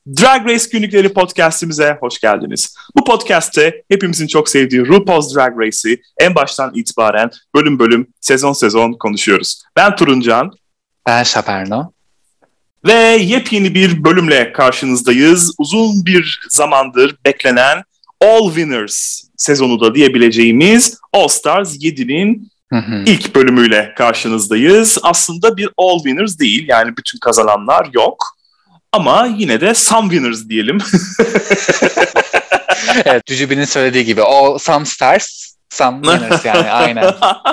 Drag Race Günlükleri podcastimize hoş geldiniz. Bu podcastte hepimizin çok sevdiği RuPaul's Drag Race'i en baştan itibaren bölüm bölüm, sezon sezon konuşuyoruz. Ben Turuncan. Ben Şaperno. Ve yepyeni bir bölümle karşınızdayız. Uzun bir zamandır beklenen All Winners sezonu da diyebileceğimiz All Stars 7'nin ilk bölümüyle karşınızdayız. Aslında bir All Winners değil, yani bütün kazananlar yok. Ama yine de some winners diyelim. Evet, Jujubin'in söylediği gibi some stars, some winners yani aynen.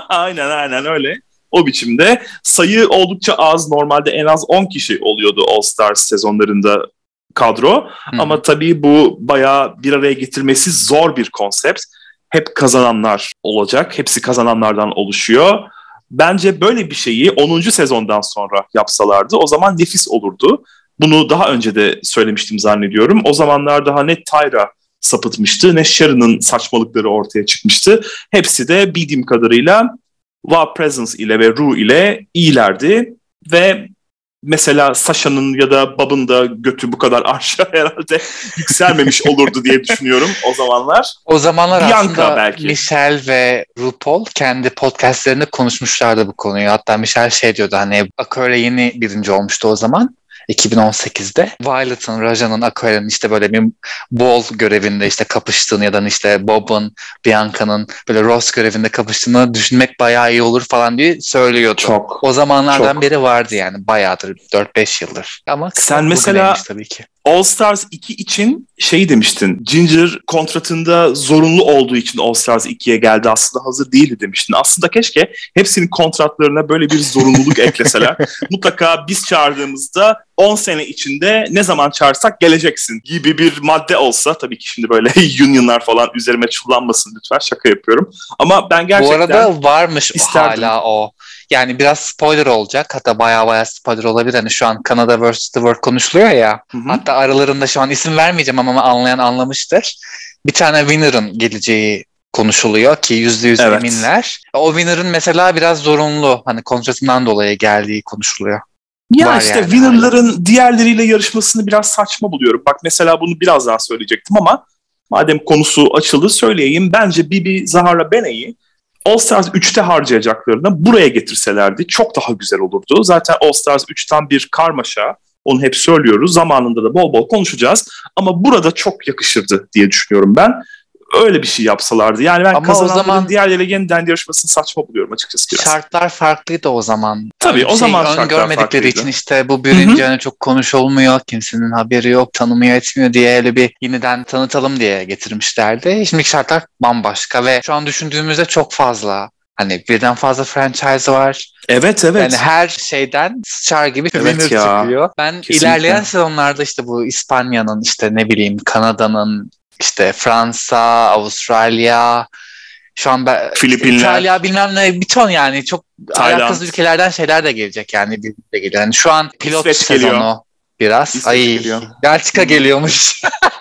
aynen öyle. O biçimde sayı oldukça az. Normalde en az 10 kişi oluyordu All Stars sezonlarında kadro. Ama tabii bu bayağı bir araya getirmesi zor bir konsept. Hep kazananlar olacak. Hepsi kazananlardan oluşuyor. Bence böyle bir şeyi 10. sezondan sonra yapsalardı o zaman nefis olurdu. Bunu daha önce de söylemiştim zannediyorum. O zamanlar daha ne Tyra sapıtmıştı ne Sharon'ın saçmalıkları ortaya çıkmıştı. Hepsi de bildiğim kadarıyla Wow Presence ile ve Ru ile iyilerdi. Ve mesela Sasha'nın ya da Bob'un da götü bu kadar aşağı herhalde yükselmemiş olurdu diye düşünüyorum o zamanlar. O zamanlar Bianca aslında belki. Michelle ve RuPaul kendi podcastlerinde konuşmuşlardı bu konuyu. Hatta Michelle şey diyordu, hani Aquaria yeni birinci olmuştu o zaman. 2018'de Violet'ın, Raja'nın, Aquaria'nın işte böyle bir ball görevinde işte kapıştığını ya da işte Bob'un, Bianca'nın böyle Ross görevinde kapıştığını düşünmek bayağı iyi olur falan diye söylüyordu. Çok. O zamanlardan beri vardı yani, bayağıdır, 4-5 yıldır. Ama sen mesela tabii ki. All Stars 2 için şey demiştin, Ginger kontratında zorunlu olduğu için All Stars 2'ye geldi, aslında hazır değildi demiştin. Aslında keşke hepsinin kontratlarına böyle bir zorunluluk ekleseler. Mutlaka biz çağırdığımızda 10 sene içinde ne zaman çağırsak geleceksin gibi bir madde olsa. Tabii ki şimdi böyle unionlar falan üzerime çullanmasın lütfen, şaka yapıyorum. Ama ben gerçekten bu arada varmış isterdim. Hala o. Yani biraz spoiler olacak. Hatta bayağı spoiler olabilir. Hani şu an Canada vs. The World konuşuluyor ya. Hatta aralarında şu an isim vermeyeceğim ama anlayan anlamıştır. Bir tane winner'ın geleceği konuşuluyor ki %100 eminler. O winner'ın mesela biraz zorunlu, hani kontratından dolayı geldiği konuşuluyor. Ya var işte yani winner'ların diğerleriyle yarışmasını biraz saçma buluyorum. Bak mesela bunu biraz daha söyleyecektim ama madem konusu açıldı söyleyeyim. Bence Bibi Zahara Benét'i All Stars 3'te harcayacaklarına buraya getirselerdi çok daha güzel olurdu. Zaten All Stars 3'ten bir karmaşa, onu hep söylüyoruz. Zamanında da bol bol konuşacağız. Ama burada çok yakışırdı diye düşünüyorum ben. Öyle bir şey yapsalardı. Yani ben kazananların diğerleriyle yeniden yarışmasını saçma buluyorum açıkçası biraz. Şartlar farklıydı o zaman. Tabii yani o zaman şartlar görmedikleri farklıydı. için işte bu birinci hani çok konuşulmuyor, kimsenin haberi yok, tanımıyor etmiyor diye öyle bir yeniden tanıtalım diye getirmişlerdi. Şimdiki şartlar bambaşka ve şu an düşündüğümüzde çok fazla. Hani birden fazla franchise var. Evet. Yani her şeyden sıçar gibi winner çıkıyor. Ben kesinlikle. İlerleyen sezonlarda işte bu İspanya'nın, işte ne bileyim Kanada'nın, işte Fransa, Avustralya, şu an Filipinler, işte İtalya, bilmem ne, bir ton yani çok Tayland. alakasız ülkelerden şeyler de gelecek yani, bir de geliyor. Yani şu an pilot İsveç sezonu geliyor. biraz. Belçika geliyormuş.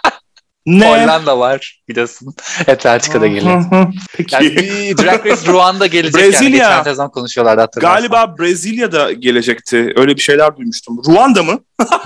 Ne? Hollanda var biliyorsun. Evet, Belçika'da geliyor. Peki. Yani bir Drag Race Ruanda gelecek Brezilya. yani. Geçen sezon konuşuyorlardı, hatırlarsan. Galiba Brezilya'da gelecekti. Öyle bir şeyler duymuştum. Ruanda mı?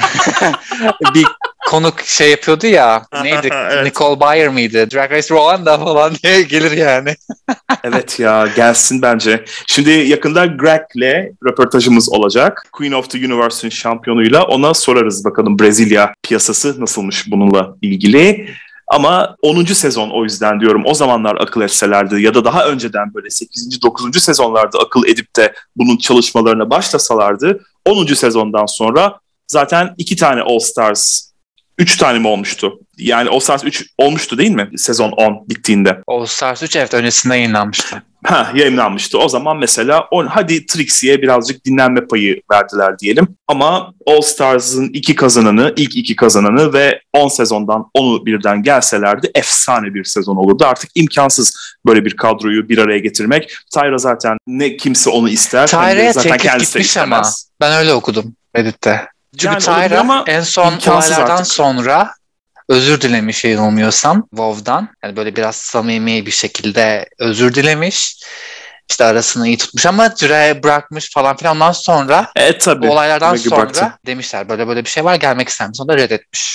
Bir konuk şey yapıyordu ya. Neydi? Evet. Nicole Byer mıydı? Drag Race Ruanda falan diye gelir yani. Evet ya, gelsin bence. Şimdi yakında Greg'le röportajımız olacak. Queen of the Universe'ın şampiyonuyla, ona sorarız bakalım Brezilya piyasası nasılmış bununla ilgili. Ama 10. sezon, o yüzden diyorum, o zamanlar akıl etselerdi ya da daha önceden böyle 8. 9. sezonlarda akıl edip de bunun çalışmalarına başlasalardı 10. sezondan sonra zaten 2 tane All Stars, 3 tane mi olmuştu? Yani All Stars 3 olmuştu değil mi sezon 10 bittiğinde? All Stars 3 evet, öncesinde yayınlanmıştı. Yayınlanmıştı. O zaman mesela hadi Trixie'ye birazcık dinlenme payı verdiler diyelim. Ama All Stars'ın ilk iki kazananı ve 10 sezondan 10'u birden gelselerdi efsane bir sezon olurdu. Artık imkansız böyle bir kadroyu bir araya getirmek. Tyra zaten ne kimse onu ister. Tyra'ya zaten teklif gitmiş ama ben öyle okudum Reddit'te. Çünkü yani Tyra en son olaylardan artık sonra özür dilemiş yanılmıyorsam WoW'dan. Yani böyle biraz samimi bir şekilde özür dilemiş. İşte arasını iyi tutmuş ama Jüre'ye bırakmış falan filan. Ondan sonra tabii, bu olaylardan sonra bıraktı. Demişler böyle bir şey var, gelmek ister misin? O da reddetmiş.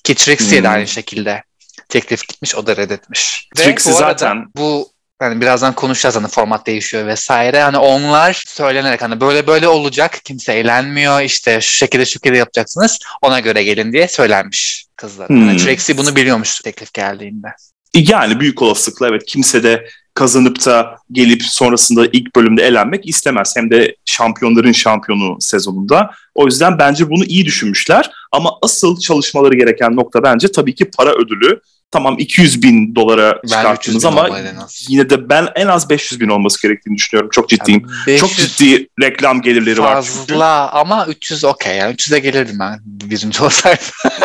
Ki Trixie'ye de aynı şekilde teklif gitmiş, o da reddetmiş. Trixie zaten bu hani birazdan konuşacağız, hani format değişiyor vesaire. Hani onlar söylenerek hani böyle olacak, kimse eğlenmiyor, işte şu şekilde yapacaksınız, ona göre gelin diye söylenmiş kızlara. Yani Trixie bunu biliyormuş teklif geldiğinde. Yani büyük olasılıkla evet, kimse de kazanıp da gelip sonrasında ilk bölümde elenmek istemez. Hem de şampiyonların şampiyonu sezonunda. O yüzden bence bunu iyi düşünmüşler. Ama asıl çalışmaları gereken nokta bence tabii ki para ödülü. Tamam, $200,000 çıkarttınız ama yine de ben en az 500,000 olması gerektiğini düşünüyorum. Çok ciddiyim. Çok ciddi reklam gelirleri var çünkü. Fazla ama 300 okey. Yani 300'e gelirdim ben birinci olsaydım.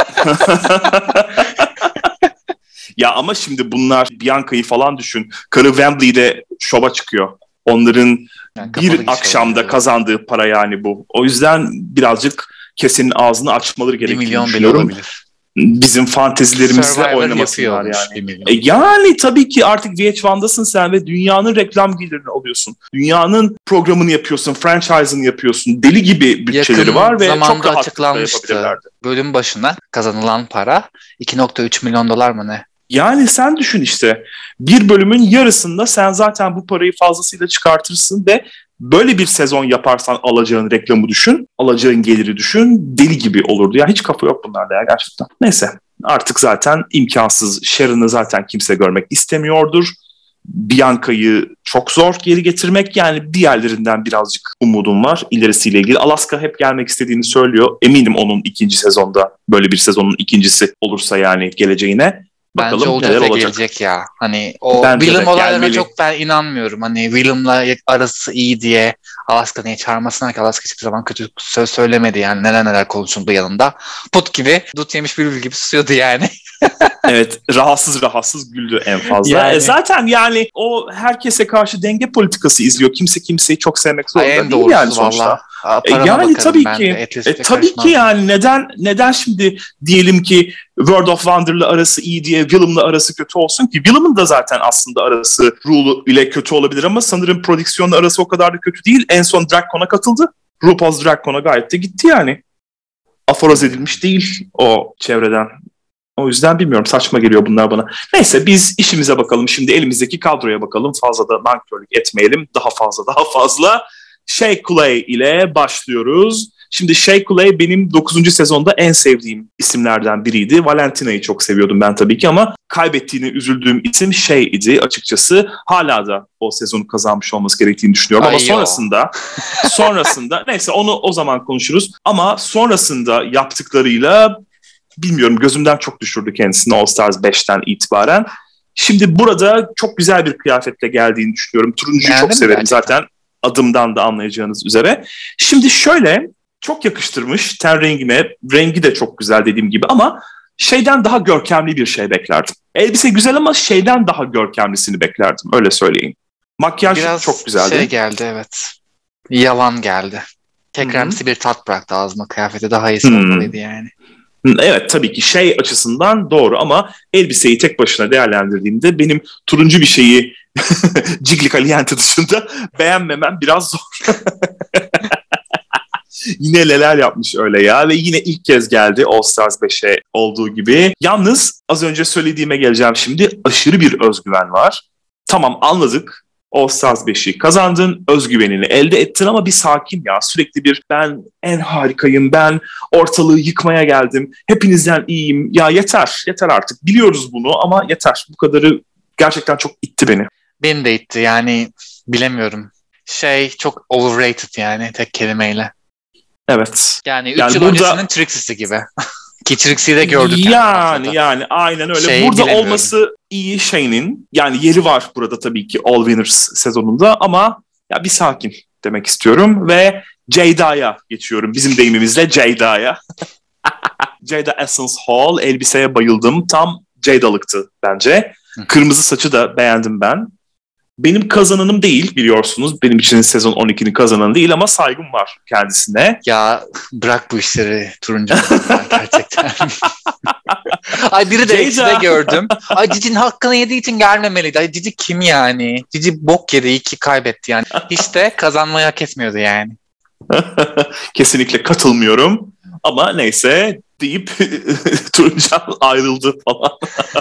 Ya ama şimdi bunlar, Bianca'yı falan düşün. Karı Wembley'de şova çıkıyor. Onların yani bir akşamda kazandığı para yani bu. O yüzden birazcık kesenin ağzını açmaları gerektiğini düşünüyorum. 1 milyon bile olabilir. Bizim fantezilerimizle oynamasınlar yani. Yani tabii ki artık VH1'dasın sen ve dünyanın reklam gelirini alıyorsun. Dünyanın programını yapıyorsun, franchise'ını yapıyorsun. Deli gibi bütçeleri var ve çok rahat açıklanmıştı. Bölüm başına kazanılan para $2.3 milyon mı ne? Yani sen düşün işte, bir bölümün yarısında sen zaten bu parayı fazlasıyla çıkartırsın ve böyle bir sezon yaparsan alacağın reklamı düşün, alacağın geliri düşün, deli gibi olurdu. Ya hiç kafa yok bunlarda ya gerçekten. Neyse, artık zaten imkansız. Sharon'ı zaten kimse görmek istemiyordur. Bianca'yı çok zor geri getirmek, yani diğerlerinden birazcık umudum var ilerisiyle ilgili. Alaska hep gelmek istediğini söylüyor. Eminim onun ikinci sezonda, böyle bir sezonun ikincisi olursa yani geleceğine. Bakalım bence olacak ve gelecek ya. Hani o Willem olaylarına çok ben inanmıyorum. Hani Willem'la arası iyi diye Alaska niye çağırmasına ki? Alaska hiçbir zaman kötü söz söylemedi yani. Neler konuşuldu yanında. Put gibi, dut yemiş bülbül gibi susuyordu yani. Evet, rahatsız güldü en fazla. Yani. Zaten yani o herkese karşı denge politikası izliyor. Kimse kimseyi çok sevmek zorunda değil yani sonuçta. Yani tabii ki. Tabii ki yani neden şimdi diyelim ki World of Wonder'la arası iyi diye Willem'la arası kötü olsun ki? Willem'ın da zaten aslında arası Rue ile kötü olabilir ama sanırım prodüksiyonla arası o kadar da kötü değil. En son DragCon'a katıldı. RuPaul's DragCon'a gayet de gitti yani. Aforoz edilmiş değil o çevreden. O yüzden bilmiyorum, saçma geliyor bunlar bana. Neyse, biz işimize bakalım. Şimdi elimizdeki kadroya bakalım. Fazla da nankörlük etmeyelim. Daha fazla. Shea Coulee ile başlıyoruz. Şimdi Shea Coulee benim 9. sezonda en sevdiğim isimlerden biriydi. Valentina'yı çok seviyordum ben tabii ki ama kaybettiğine üzüldüğüm isim Shea idi açıkçası. Hala da o sezonu kazanmış olması gerektiğini düşünüyorum. Ama sonrasında neyse onu o zaman konuşuruz. Ama sonrasında yaptıklarıyla bilmiyorum, gözümden çok düşürdü kendisini All Stars 5'ten itibaren. Şimdi burada çok güzel bir kıyafetle geldiğini düşünüyorum. Turuncuyu çok severim gerçekten. Zaten adımdan da anlayacağınız üzere. Şimdi şöyle, çok yakıştırmış ten rengine. Rengi de çok güzel dediğim gibi ama şeyden daha görkemli bir şey beklerdim. Elbise güzel ama şeyden daha görkemlisini beklerdim, öyle söyleyeyim. Makyaj biraz çok güzeldi. Biraz geldi evet. Yalan geldi. Tekrarlısı bir tat bıraktı ağzıma, kıyafeti daha iyisi olmalıydı yani. Evet, tabii ki şey açısından doğru ama elbiseyi tek başına değerlendirdiğimde benim turuncu bir şeyi Jiggly Caliente dışında beğenmemem biraz zor. Yine neler yapmış öyle ya, ve yine ilk kez geldi All Stars 5'e olduğu gibi. Yalnız az önce söylediğime geleceğim şimdi, aşırı bir özgüven var. Tamam, anladık. All Stars 5'i kazandın, özgüvenini elde ettin ama bir sakin ya. Sürekli bir ben en harikayım, ben ortalığı yıkmaya geldim, hepinizden iyiyim. Ya yeter artık. Biliyoruz bunu ama yeter. Bu kadarı gerçekten çok itti beni. Beni de itti yani, bilemiyorum. Çok overrated yani, tek kelimeyle. Evet. Yani 3 yıl öncesinin Trixie'si gibi. Ki Trixie'yi de gördük. Yani aynen öyle. Burada olması iyi Shane'in. Yani yeri var burada tabii ki All Winners sezonunda ama ya bir sakin demek istiyorum ve Jada'ya geçiyorum. Bizim deyimimizle Jada'ya. Jada Essence Hall, elbiseye bayıldım. Tam Jada'lıktı bence. Kırmızı saçı da beğendim ben. Benim kazananım değil, biliyorsunuz. Benim için sezon 12'nin kazananı değil ama saygım var kendisine. Ya bırak bu işleri turuncu. Gerçekten. Ay biri de ekside gördüm. Ay Cici'nin hakkını yediği için gelmemeliydi. Ay Cici kim yani? Cici bok yedi, iyi ki kaybetti yani. Hiç de kazanmayı hak etmiyordu yani. Kesinlikle katılmıyorum. Ama neyse, deyip Tuğcan ayrıldı falan.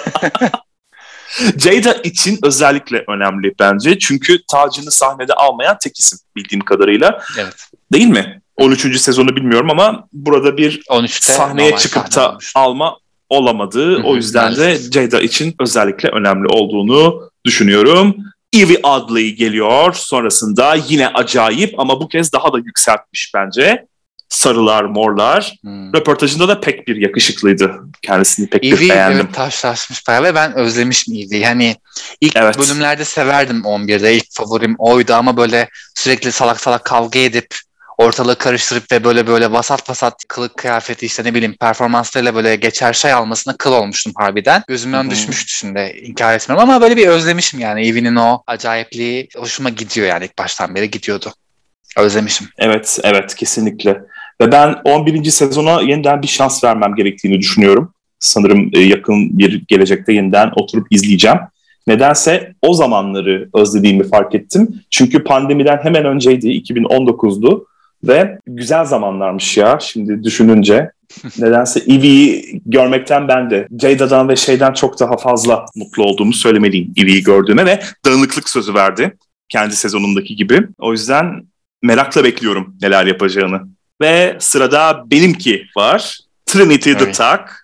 Jada için özellikle önemli bence. Çünkü tacını sahnede almayan tek isim bildiğim kadarıyla. Evet. Değil mi? 13. sezonu bilmiyorum ama burada bir sahneye çıkıp da alma olamadı. O yüzden de Jada için özellikle önemli olduğunu düşünüyorum. Evie Oddly geliyor. Sonrasında yine acayip ama bu kez daha da yükseltmiş bence. Sarılar, morlar. Röportajında da pek bir yakışıklıydı. Kendisini pek bir beğendim. Evie taşlaşmış bayağı ve ben özlemişim Evie'yi. Hani ilk bölümlerde severdim 11'de. İlk favorim oydu ama böyle sürekli salak salak kavga edip ortalığı karıştırıp ve böyle vasat kılık kıyafeti işte ne bileyim performanslarıyla böyle geçer şey almasına kıl olmuştum harbiden. Gözümden düşmüştü şimdi inkar etmiyorum ama böyle bir özlemişim yani. Evie'nin o acayipliği hoşuma gidiyor yani ilk baştan beri gidiyordu. Özlemişim. Evet kesinlikle. Ve ben 11. sezona yeniden bir şans vermem gerektiğini düşünüyorum. Sanırım yakın bir gelecekte yeniden oturup izleyeceğim. Nedense o zamanları özlediğimi fark ettim. Çünkü pandemiden hemen önceydi, 2019'du. Ve güzel zamanlarmış ya şimdi düşününce. Nedense Evie'yi görmekten ben de Jada'dan ve şeyden çok daha fazla mutlu olduğumu söylemeliyim Evie'yi gördüğüme ve dağınıklık sözü verdi. Kendi sezonundaki gibi. O yüzden merakla bekliyorum neler yapacağını. Ve sırada benimki var. Trinity the Tuck.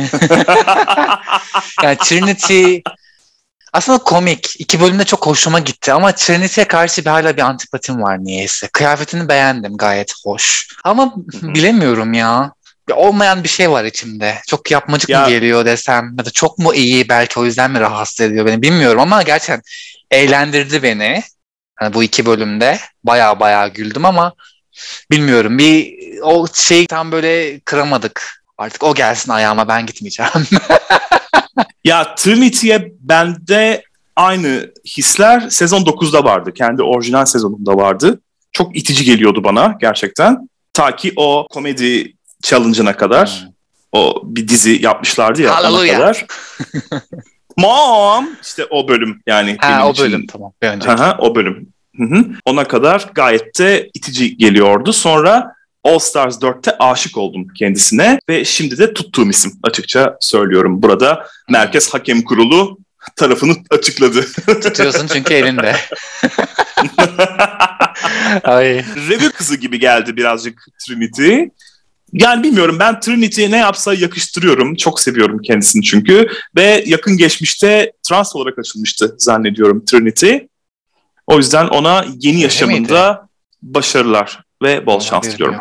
Yani Trinity aslında komik. 2 bölümde çok hoşuma gitti ama Trinity'ye karşı hala bir antipatim var niyeyse. Kıyafetini beğendim, gayet hoş. Ama bilemiyorum ya. Olmayan bir şey var içimde. Çok yapmacık mı geliyor desem ya da çok mu iyi, belki o yüzden mi rahatsız ediyor beni bilmiyorum ama gerçekten eğlendirdi beni. Hani bu 2 bölümde baya güldüm ama bilmiyorum, bir o şeyi tam böyle kıramadık. Artık o gelsin ayağıma, ben gitmeyeceğim. Ya Trinity'ye bende aynı hisler sezon 9'da vardı. Kendi orijinal sezonunda vardı. Çok itici geliyordu bana gerçekten. Ta ki o komedi challenge'ına kadar. O bir dizi yapmışlardı ya. Ona kadar. Mom! İşte o bölüm yani. Ha, o bölüm tamam. O bölüm. Ona kadar gayet de itici geliyordu. Sonra All Stars 4'te aşık oldum kendisine ve şimdi de tuttuğum isim, açıkça söylüyorum. Burada Merkez Hakem Kurulu tarafını açıkladı. Tutuyorsun çünkü elinde. Ay. Revue kızı gibi geldi birazcık Trinity. Yani bilmiyorum, ben Trinity'ye ne yapsa yakıştırıyorum. Çok seviyorum kendisini çünkü. Ve yakın geçmişte trans olarak açılmıştı zannediyorum Trinity. O yüzden ona yeni yaşamında başarılar ve bol şans diliyorum.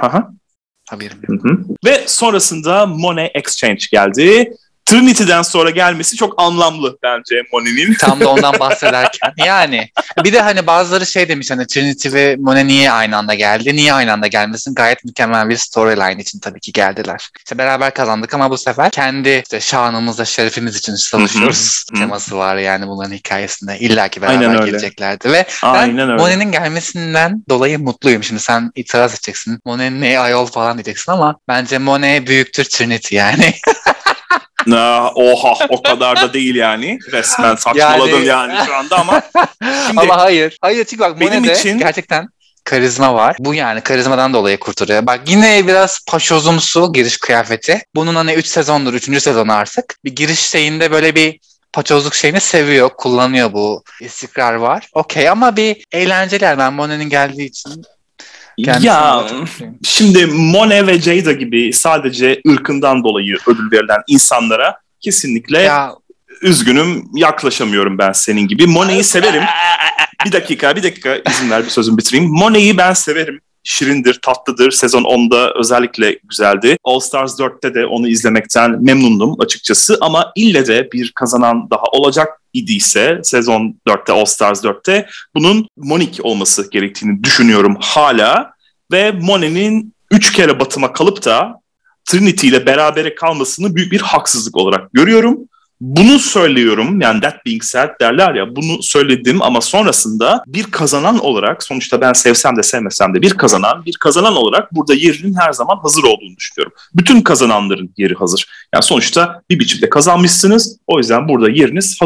Ve sonrasında Monet Exchange geldi. Trinity'den sonra gelmesi çok anlamlı bence Monet'in. Tam da ondan bahsederken. Yani bir de hani bazıları şey demiş, hani Trinity ve Monet niye aynı anda geldi? Niye aynı anda gelmesin? Gayet mükemmel bir storyline için tabii ki geldiler. İşte beraber kazandık ama bu sefer kendi işte şanımızla, şerefimiz için savaşıyoruz teması var yani bunların hikayesinde. İlla ki beraber geleceklerdi ve ben Monet'in gelmesinden dolayı mutluyum. Şimdi sen itiraz edeceksin. Monet ne ayol falan diyeceksin ama bence Monet büyüktür Trinity yani. Oha, o kadar da değil yani. Resmen saçmaladım yani şu anda ama. Şimdi, ama hayır çünkü bak Monet'de için gerçekten karizma var. Bu yani karizmadan dolayı kurtarıyor. Bak yine biraz paşozumsu giriş kıyafeti. Bunun hani 3 sezondur, 3. sezonu artık. Bir giriş şeyinde böyle bir paçozluk şeyini seviyor, kullanıyor, bu istikrar var. Okey ama bir eğlenceler, ben Monet'in geldiği için. Ya şimdi Monet ve Jada gibi sadece ırkından dolayı ödül verilen insanlara kesinlikle üzgünüm, yaklaşamıyorum ben senin gibi. Monet'i severim. Bir dakika izin ver, bir sözümü bitireyim. Monet'i ben severim. Şirindir, tatlıdır. Sezon 10'da özellikle güzeldi. All Stars 4'te de onu izlemekten memnundum açıkçası. Ama ille de bir kazanan daha olacak idiyse sezon 4'te, All Stars 4'te bunun Monique olması gerektiğini düşünüyorum hala. Ve Monet'in 3 kere batıma kalıp da Trinity ile berabere kalmasını büyük bir haksızlık olarak görüyorum. Bunu söylüyorum, yani that being said derler ya, bunu söyledim ama sonrasında bir kazanan olarak, sonuçta ben sevsem de sevmesem de bir kazanan olarak burada yerinin her zaman hazır olduğunu düşünüyorum. Bütün kazananların yeri hazır. Yani sonuçta bir biçimde kazanmışsınız, o yüzden burada yeriniz hazır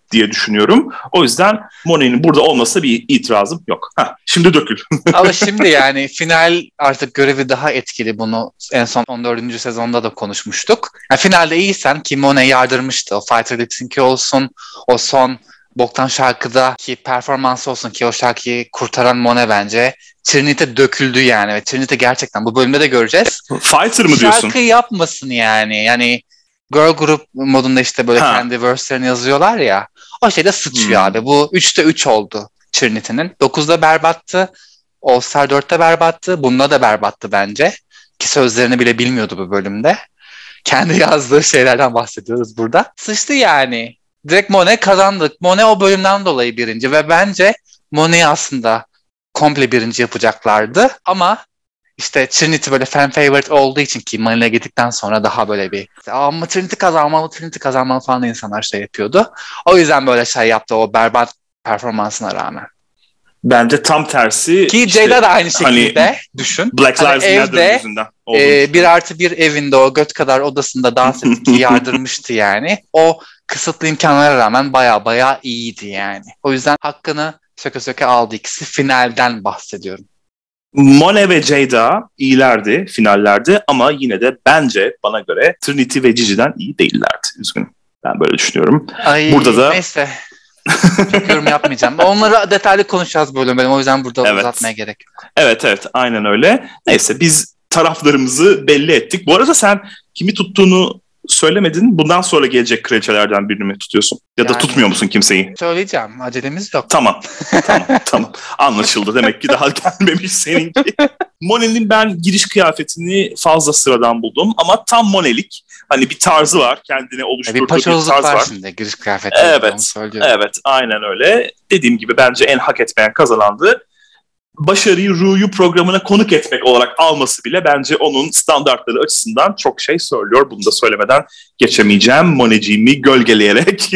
diye düşünüyorum. O yüzden Monet'in burada olmasına bir itirazım yok. Şimdi dökül. Ama şimdi yani final artık görevi daha etkili, bunu en son 14. sezonda da konuşmuştuk. Yani finalde iyiysen, ki Monet yardırmıştı. O Fighter Lip Sync'i olsun, o son boktan şarkıdaki performansı olsun, ki o şarkıyı kurtaran Monet bence. Trinity döküldü yani ve Trinity gerçekten bu bölümde de göreceğiz. Fighter mı diyorsun? Şarkı yapmasın yani. Yani girl group modunda işte böyle kendi verse'lerini yazıyorlar ya. O şeyde sıçıyor abi. Bu 3'te 3 oldu Trinity'nin. 9'da berbattı. All Star 4'te berbattı. Bunda da berbattı bence. Ki sözlerini bile bilmiyordu bu bölümde. Kendi yazdığı şeylerden bahsediyoruz burada. Sıçtı yani. Direkt Monet kazandık. Monet o bölümden dolayı birinci ve bence Monet'i aslında komple birinci yapacaklardı. Ama işte Trinity böyle fan favorite olduğu için, ki Monet'e gittikten sonra daha böyle bir ama Trinity kazanmalı falan insanlar şey yapıyordu. O yüzden böyle şey yaptı o berbat performansına rağmen. Bence tam tersi. Ki işte, Jada da aynı şekilde düşün. Black Lives Matter yüzünden. 1+1 evinde o göt kadar odasında dans edip yardırmıştı yani. O kısıtlı imkanlara rağmen baya iyiydi yani. O yüzden hakkını söke söke aldı ikisi. Finalden bahsediyorum. Monet ve Jada iyilerdi finallerde ama yine de bence bana göre Trinity ve Gigi'den iyi değillerdi. Üzgünüm. Ben böyle düşünüyorum. Burada da neyse. Çok yorum yapmayacağım. Onları detaylı konuşacağız bölüm. O yüzden burada uzatmaya gerek yok. Evet aynen öyle. Neyse biz taraflarımızı belli ettik. Bu arada sen kimi tuttuğunu söylemedin. Bundan sonra gelecek kraliçelerden birini mi tutuyorsun? Ya da tutmuyor musun kimseyi? Söyleyeceğim. Acelemiz yok. Tamam. Anlaşıldı. Demek ki daha gelmemiş seninki. Monet'in ben giriş kıyafetini fazla sıradan buldum. Ama tam Monet'lik. Hani bir tarzı var. Kendine oluşturduğu bir tarz var. Şimdi giriş kıyafeti. Evet. Aynen öyle. Dediğim gibi bence en hak etmeyen kazanandı. Başarıyı Ru'yu programına konuk etmek olarak alması bile bence onun standartları açısından çok şey söylüyor. Bunu da söylemeden geçemeyeceğim. Monet'ciğimi gölgeleyerek.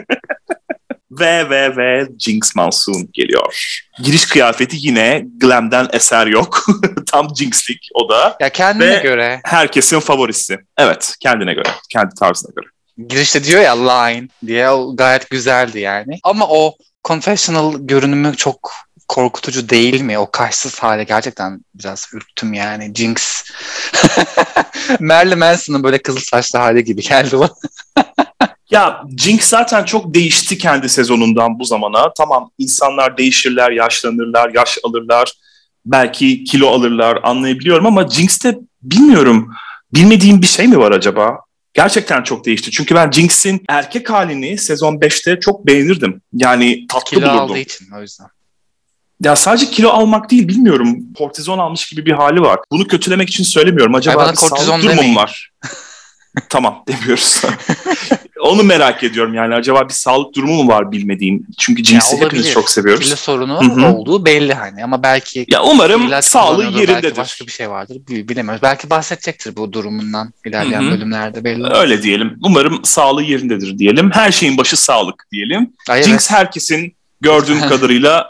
ve Jinx Monsoon geliyor. Giriş kıyafeti yine glam'den eser yok. Tam Jinx'lik o da. Ya kendine göre. Herkesin favorisi. Evet, kendine göre. Kendi tarzına göre. Girişte diyor ya line diye, o gayet güzeldi yani. Ama o confessional görünümü çok korkutucu değil mi? O kaşsız hale gerçekten biraz ürktüm yani. Jinx. Marilyn Manson'ın böyle kızıl saçlı hali gibi geldi bana. Ya Jinx zaten çok değişti kendi sezonundan bu zamana. Tamam, insanlar değişirler, yaşlanırlar, yaş alırlar, belki kilo alırlar, anlayabiliyorum ama Jinx'te bilmiyorum, bilmediğim bir şey mi var acaba? Gerçekten çok değişti. Çünkü ben Jinx'in erkek halini sezon 5'te çok beğenirdim. Yani tatlı kilo bulurdum. Kilo aldığı için o yüzden. Ya sadece kilo almak değil, bilmiyorum. Kortizon almış gibi bir hali var. Bunu kötülemek için söylemiyorum. Acaba bir sağlık durumum var? Tamam, demiyoruz. Onu merak ediyorum yani. Acaba bir sağlık durumu mu var bilmediğim? Çünkü Jinx'i hepimiz çok seviyoruz. Kilo sorunu olduğu belli hani, ama belki ya umarım sağlığı yerindedir. Belki başka bir şey vardır. Bilemiyoruz. Belki bahsedecektir bu durumundan ilerleyen bölümlerde, belli olmaz. Öyle diyelim. Umarım sağlığı yerindedir diyelim. Her şeyin başı sağlık diyelim. Jinx herkesin gördüğüm kadarıyla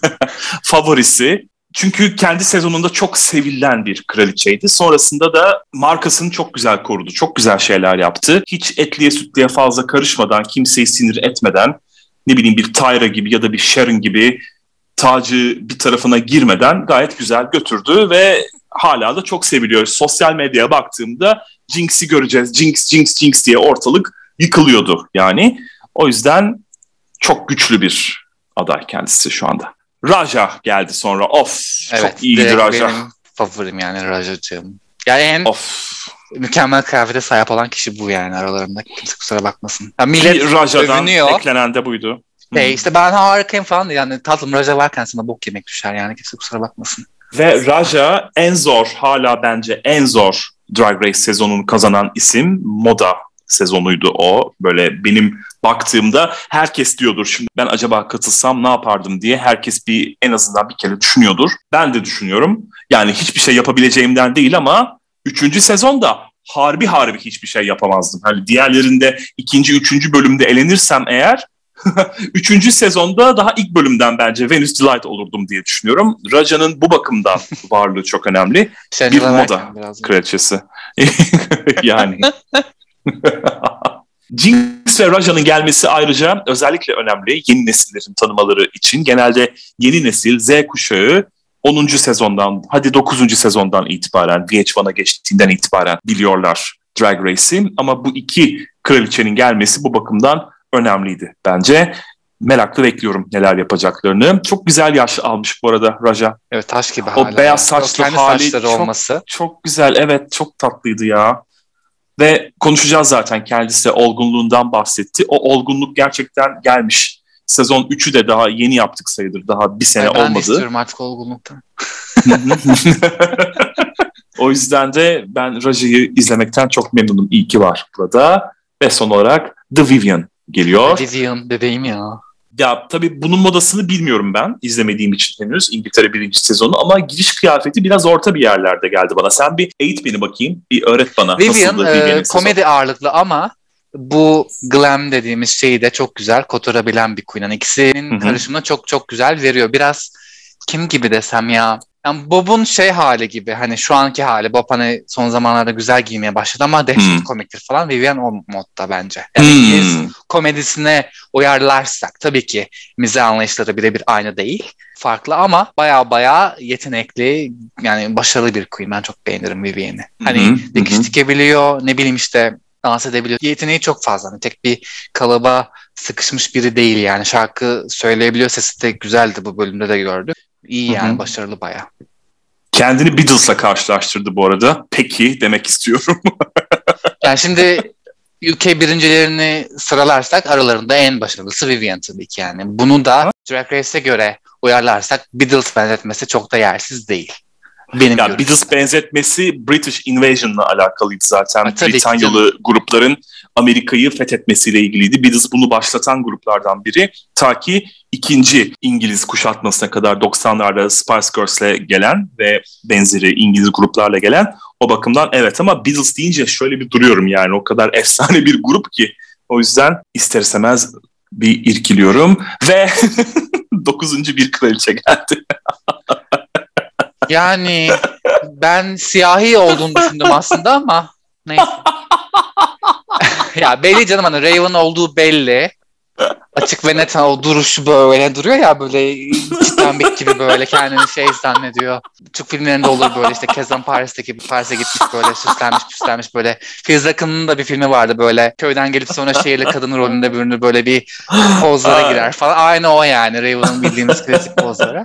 favorisi. Çünkü kendi sezonunda çok sevilen bir kraliçeydi. Sonrasında da markasını çok güzel korudu. Çok güzel şeyler yaptı. Hiç etliye sütlüye fazla karışmadan, kimseyi sinir etmeden, ne bileyim bir Tyra gibi ya da bir Sharon gibi tacı bir tarafına girmeden gayet güzel götürdü ve hala da çok seviliyor. Sosyal medyaya baktığımda Jinx'i göreceğiz. Jinx diye ortalık yıkılıyordu yani. O yüzden çok güçlü bir aday kendisi şu anda. Raja geldi sonra. Evet, çok iyiydi Raja. Benim favorim yani Raja'cığım. Yani en mükemmel kıyafete sahip olan kişi bu yani aralarında. Kimse kusura bakmasın. Yani millet Raja'dan eklenen de buydu. İşte ben harikayım falan. Yani tatlım, Raja varken sana bok yemek düşer yani. Kimse kusura bakmasın. Ve Raja hala bence en zor Drag Race sezonunu kazanan isim. Moda sezonuydu o. Böyle benim baktığımda herkes diyordur, şimdi ben acaba katılsam ne yapardım diye herkes en azından bir kere düşünüyordur. Ben de düşünüyorum. Yani hiçbir şey yapabileceğimden değil ama 3. sezonda harbi hiçbir şey yapamazdım. Hani diğerlerinde 2. 3. bölümde elenirsem eğer 3. sezonda daha ilk bölümden bence Venus Delight olurdum diye düşünüyorum. Raja'nın bu bakımdan varlığı çok önemli. Bir moda kraliçesi. Yani Jinx ve Raja'nın gelmesi ayrıca özellikle önemli yeni nesillerin tanımaları için. Genelde yeni nesil Z kuşağı 10. sezondan, hadi 9. sezondan itibaren, VH1'a geçtiğinden itibaren biliyorlar Drag Race'i. Ama bu iki kraliçenin gelmesi bu bakımdan önemliydi bence. Merakla bekliyorum neler yapacaklarını. Çok güzel yaş almış bu arada Raja. Evet, taş gibi o hala. Beyaz saçlı hali saçları çok, olması. çok güzel. Evet, çok tatlıydı ya. Ve konuşacağız zaten, kendisi olgunluğundan bahsetti. O olgunluk gerçekten gelmiş. Sezon 3'ü de daha yeni yaptık sayılır. Daha bir sene olmadı. Ben de istiyorum artık olgunluktan. O yüzden de ben Raja'yı izlemekten çok memnunum. İyi ki var burada. Ve son olarak The Vivienne geliyor. Vivienne bebeğim ya. Ya tabii bunun modasını bilmiyorum ben. İzlemediğim için henüz İngiltere 1. sezonu, ama giriş kıyafeti biraz orta bir yerlerde geldi bana. Sen bir eğit beni bakayım. Bir öğret bana. Vivienne komedi ağırlıklı ama bu glam dediğimiz şeyi de çok güzel kotarabilen bir queen. Yani ikisinin karışımını çok çok güzel veriyor. Biraz kim gibi desem ya. Yani Bob'un hali gibi, hani şu anki hali. Bob hani son zamanlarda güzel giymeye başladı ama dehşet komiktir falan. Vivienne o modda bence. Yani İngiliz komedisine uyarlarsak tabii ki mizah anlayışları birebir aynı değil. Farklı ama baya yetenekli, yani başarılı bir queen. Ben çok beğenirim Vivienne'i. Hani dikiş dikebiliyor, ne bileyim dans edebiliyor. Yeteneği çok fazla. Hani tek bir kalıba sıkışmış biri değil yani. Şarkı söyleyebiliyor. Sesi de güzeldi, bu bölümde de gördük. İyi yani, başarılı bayağı. Kendini Beatles'la karşılaştırdı bu arada. Peki demek istiyorum. Yani şimdi UK birincilerini sıralarsak aralarında en başarılısı Vivienne tabii ki yani. Bunu da Drag Race'e göre uyarlarsak Beatles benzetmesi çok da yersiz değil. Benim ya Beatles benzetmesi British Invasion'la alakalıydı zaten. Britanyalı grupların Amerika'yı fethetmesiyle ilgiliydi. Beatles bunu başlatan gruplardan biri. Ta ki ikinci İngiliz kuşatmasına kadar 90'larda Spice Girls'le gelen ve benzeri İngiliz gruplarla gelen. O bakımdan evet, ama Beatles deyince şöyle bir duruyorum yani, o kadar efsane bir grup ki. O yüzden ister istemez bir irkiliyorum ve 9. bir kraliçe geldi. Yani ben siyahi olduğunu düşündüm aslında ama neyse. Ya belli canım, hani Raven olduğu belli. Açık ve net, o duruşu böyle duruyor ya, böyle Titanic gibi böyle kendini zannediyor. Türk filmlerinde olur böyle, Kezban Paris'e gitmiş böyle süslenmiş böyle. Filiz Akın'ın da bir filmi vardı böyle, köyden gelip sonra şehirli kadın rolünde bürünür, böyle bir pozlara girer falan. Aynı o yani, Raven'ın bildiğimiz klasik pozları.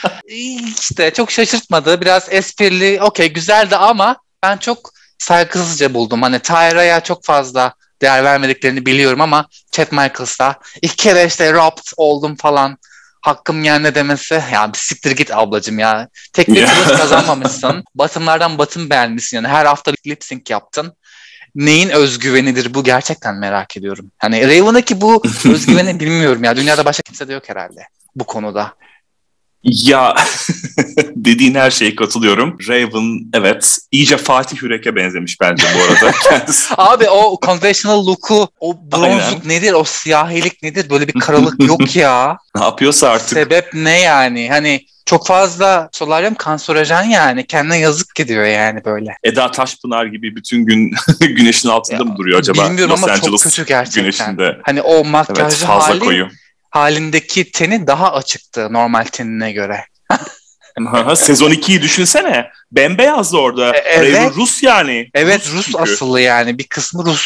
Çok şaşırtmadı, biraz esprili, okey güzeldi ama ben çok saygısızca buldum. Hani Tyra'ya çok fazla değer vermediklerini biliyorum ama Chet Michaels'a 2 kere robbed oldum falan, hakkım yani demesi, ya bir siktir git ablacım ya. Tek bir kılıç kazanmamışsın. Batımlardan batım beğenmişsin yani. Her hafta lip sync yaptın. Neyin özgüvenidir bu, gerçekten merak ediyorum. Hani Raven'daki bu özgüveni bilmiyorum ya. Dünyada başka kimse de yok herhalde bu konuda. Ya dediğin her şeye katılıyorum. Raven evet iyice Fatih Yürek'e benzemiş bence bu arada kendisi. Abi o conventional look'u, o bronzluk nedir, o siyahilik nedir, böyle bir karalık yok ya. Ne yapıyorsa artık. Sebep ne yani, hani çok fazla solaryum kanserojen yani, kendine yazık gidiyor yani böyle. Eda Taşpınar gibi bütün gün güneşin altında mı duruyor acaba? Bilmiyorum Los ama Angeles çok kötü gerçekten. Güneşinde. Hani o makyajlı evet, fazla koyu. Halindeki teni daha açıktı normal tenine göre. Sezon 2'yi düşünsene. Bembeyazdı orada. Evet. Raven Rus yani. Evet, Rus asıllı yani. Bir kısmı Rus.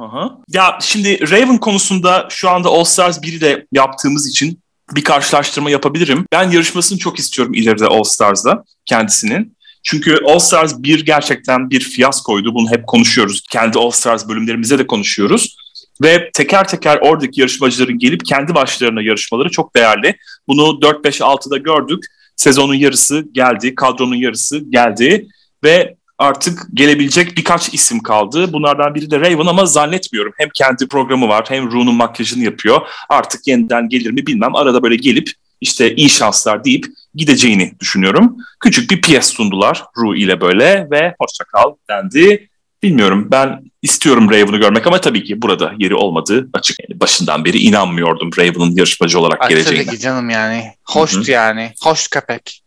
Ya şimdi Raven konusunda şu anda All Stars 1'i de yaptığımız için bir karşılaştırma yapabilirim. Ben yarışmasını çok istiyorum ileride All Stars'da kendisinin. Çünkü All Stars 1 gerçekten bir fiyaskoydu. Bunu hep konuşuyoruz. Kendi All Stars bölümlerimizde de konuşuyoruz. Ve teker teker oradaki yarışmacıların gelip kendi başlarına yarışmaları çok değerli. Bunu 4-5-6'da gördük. Sezonun yarısı geldi, kadronun yarısı geldi ve artık gelebilecek birkaç isim kaldı. Bunlardan biri de Raven, ama zannetmiyorum. Hem kendi programı var, hem Ru'nun makyajını yapıyor. Artık yeniden gelir mi bilmem. Arada böyle gelip iyi şanslar deyip gideceğini düşünüyorum. Küçük bir piyes sundular Ru ile böyle ve hoşça kal dendi. Bilmiyorum, ben istiyorum Raven'ı görmek ama tabii ki burada yeri olmadığı açık. Yani başından beri inanmıyordum Raven'ın yarışmacı olarak geleceğine. Tabii ki canım yani. Hoştu yani. Hoş köpek.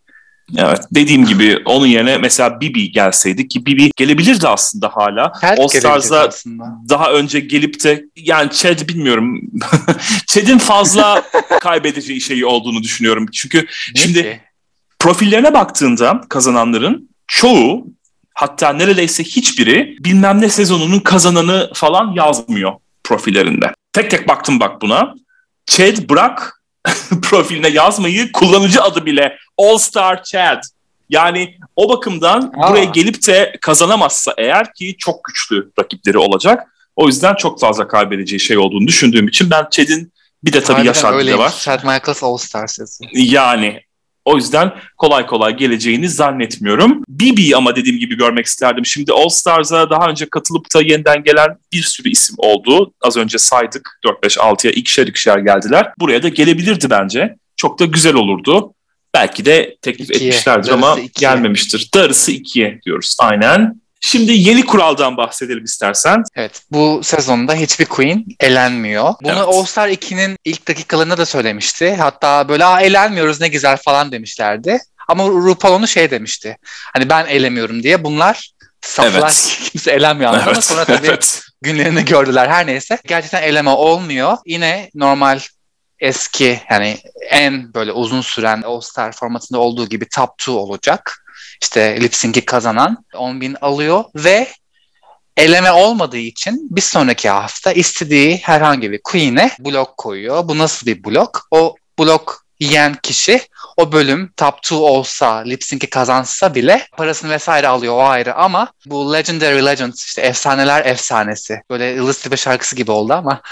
Evet, dediğim gibi onun yerine mesela Bibi gelseydi, ki Bibi gelebilirdi aslında hala. All Stars'a daha önce gelip de yani Chad bilmiyorum. Chad'in fazla kaybedeceği şeyi olduğunu düşünüyorum. Çünkü şimdi profillerine baktığında kazananların çoğu, hatta neredeyse hiçbiri bilmem ne sezonunun kazananı falan yazmıyor profillerinde. Tek tek baktım bak buna. Chad bırak profiline yazmayı, kullanıcı adı bile All Star Chad. Yani o bakımdan buraya gelip de kazanamazsa eğer, ki çok güçlü rakipleri olacak. O yüzden çok fazla kaybedeceği şey olduğunu düşündüğüm için ben Chad'in bir de tabii yaş haddi de var. Chad Michaels All Star sezonu. Yani o yüzden kolay kolay geleceğini zannetmiyorum. Bibi ama dediğim gibi görmek isterdim. Şimdi All Stars'a daha önce katılıp da yeniden gelen bir sürü isim oldu. Az önce saydık, 4-5-6'ya ikişer geldiler. Buraya da gelebilirdi bence. Çok da güzel olurdu. Belki de teklif etmişlerdir ama gelmemiştir. Darısı 2'ye diyoruz. Aynen. Şimdi yeni kuraldan bahsedelim istersen. Evet, bu sezonda hiçbir Queen elenmiyor. Bunu evet. All Star 2'nin ilk dakikalarında da söylemişti. Hatta böyle elenmiyoruz ne güzel falan demişlerdi. Ama RuPaul onu demişti. Hani ben elemiyorum diye. Bunlar saflar, evet. Kimse elenmiyor. Evet. Ama sonra tabii günlerini gördüler. Her neyse. Gerçekten eleme olmuyor. Yine normal eski, yani en böyle uzun süren All Star formatında olduğu gibi top 2 olacak. İşte lip sync'i kazanan 10.000 alıyor ve eleme olmadığı için bir sonraki hafta istediği herhangi bir queen'e blok koyuyor. Bu nasıl bir blok? O blok yiyen kişi o bölüm top 2 olsa, lip sync'i kazansa bile parasını vesaire alıyor, o ayrı, ama bu Legendary Legends, işte efsaneler efsanesi, böyle Yıldız Tilbe şarkısı gibi oldu ama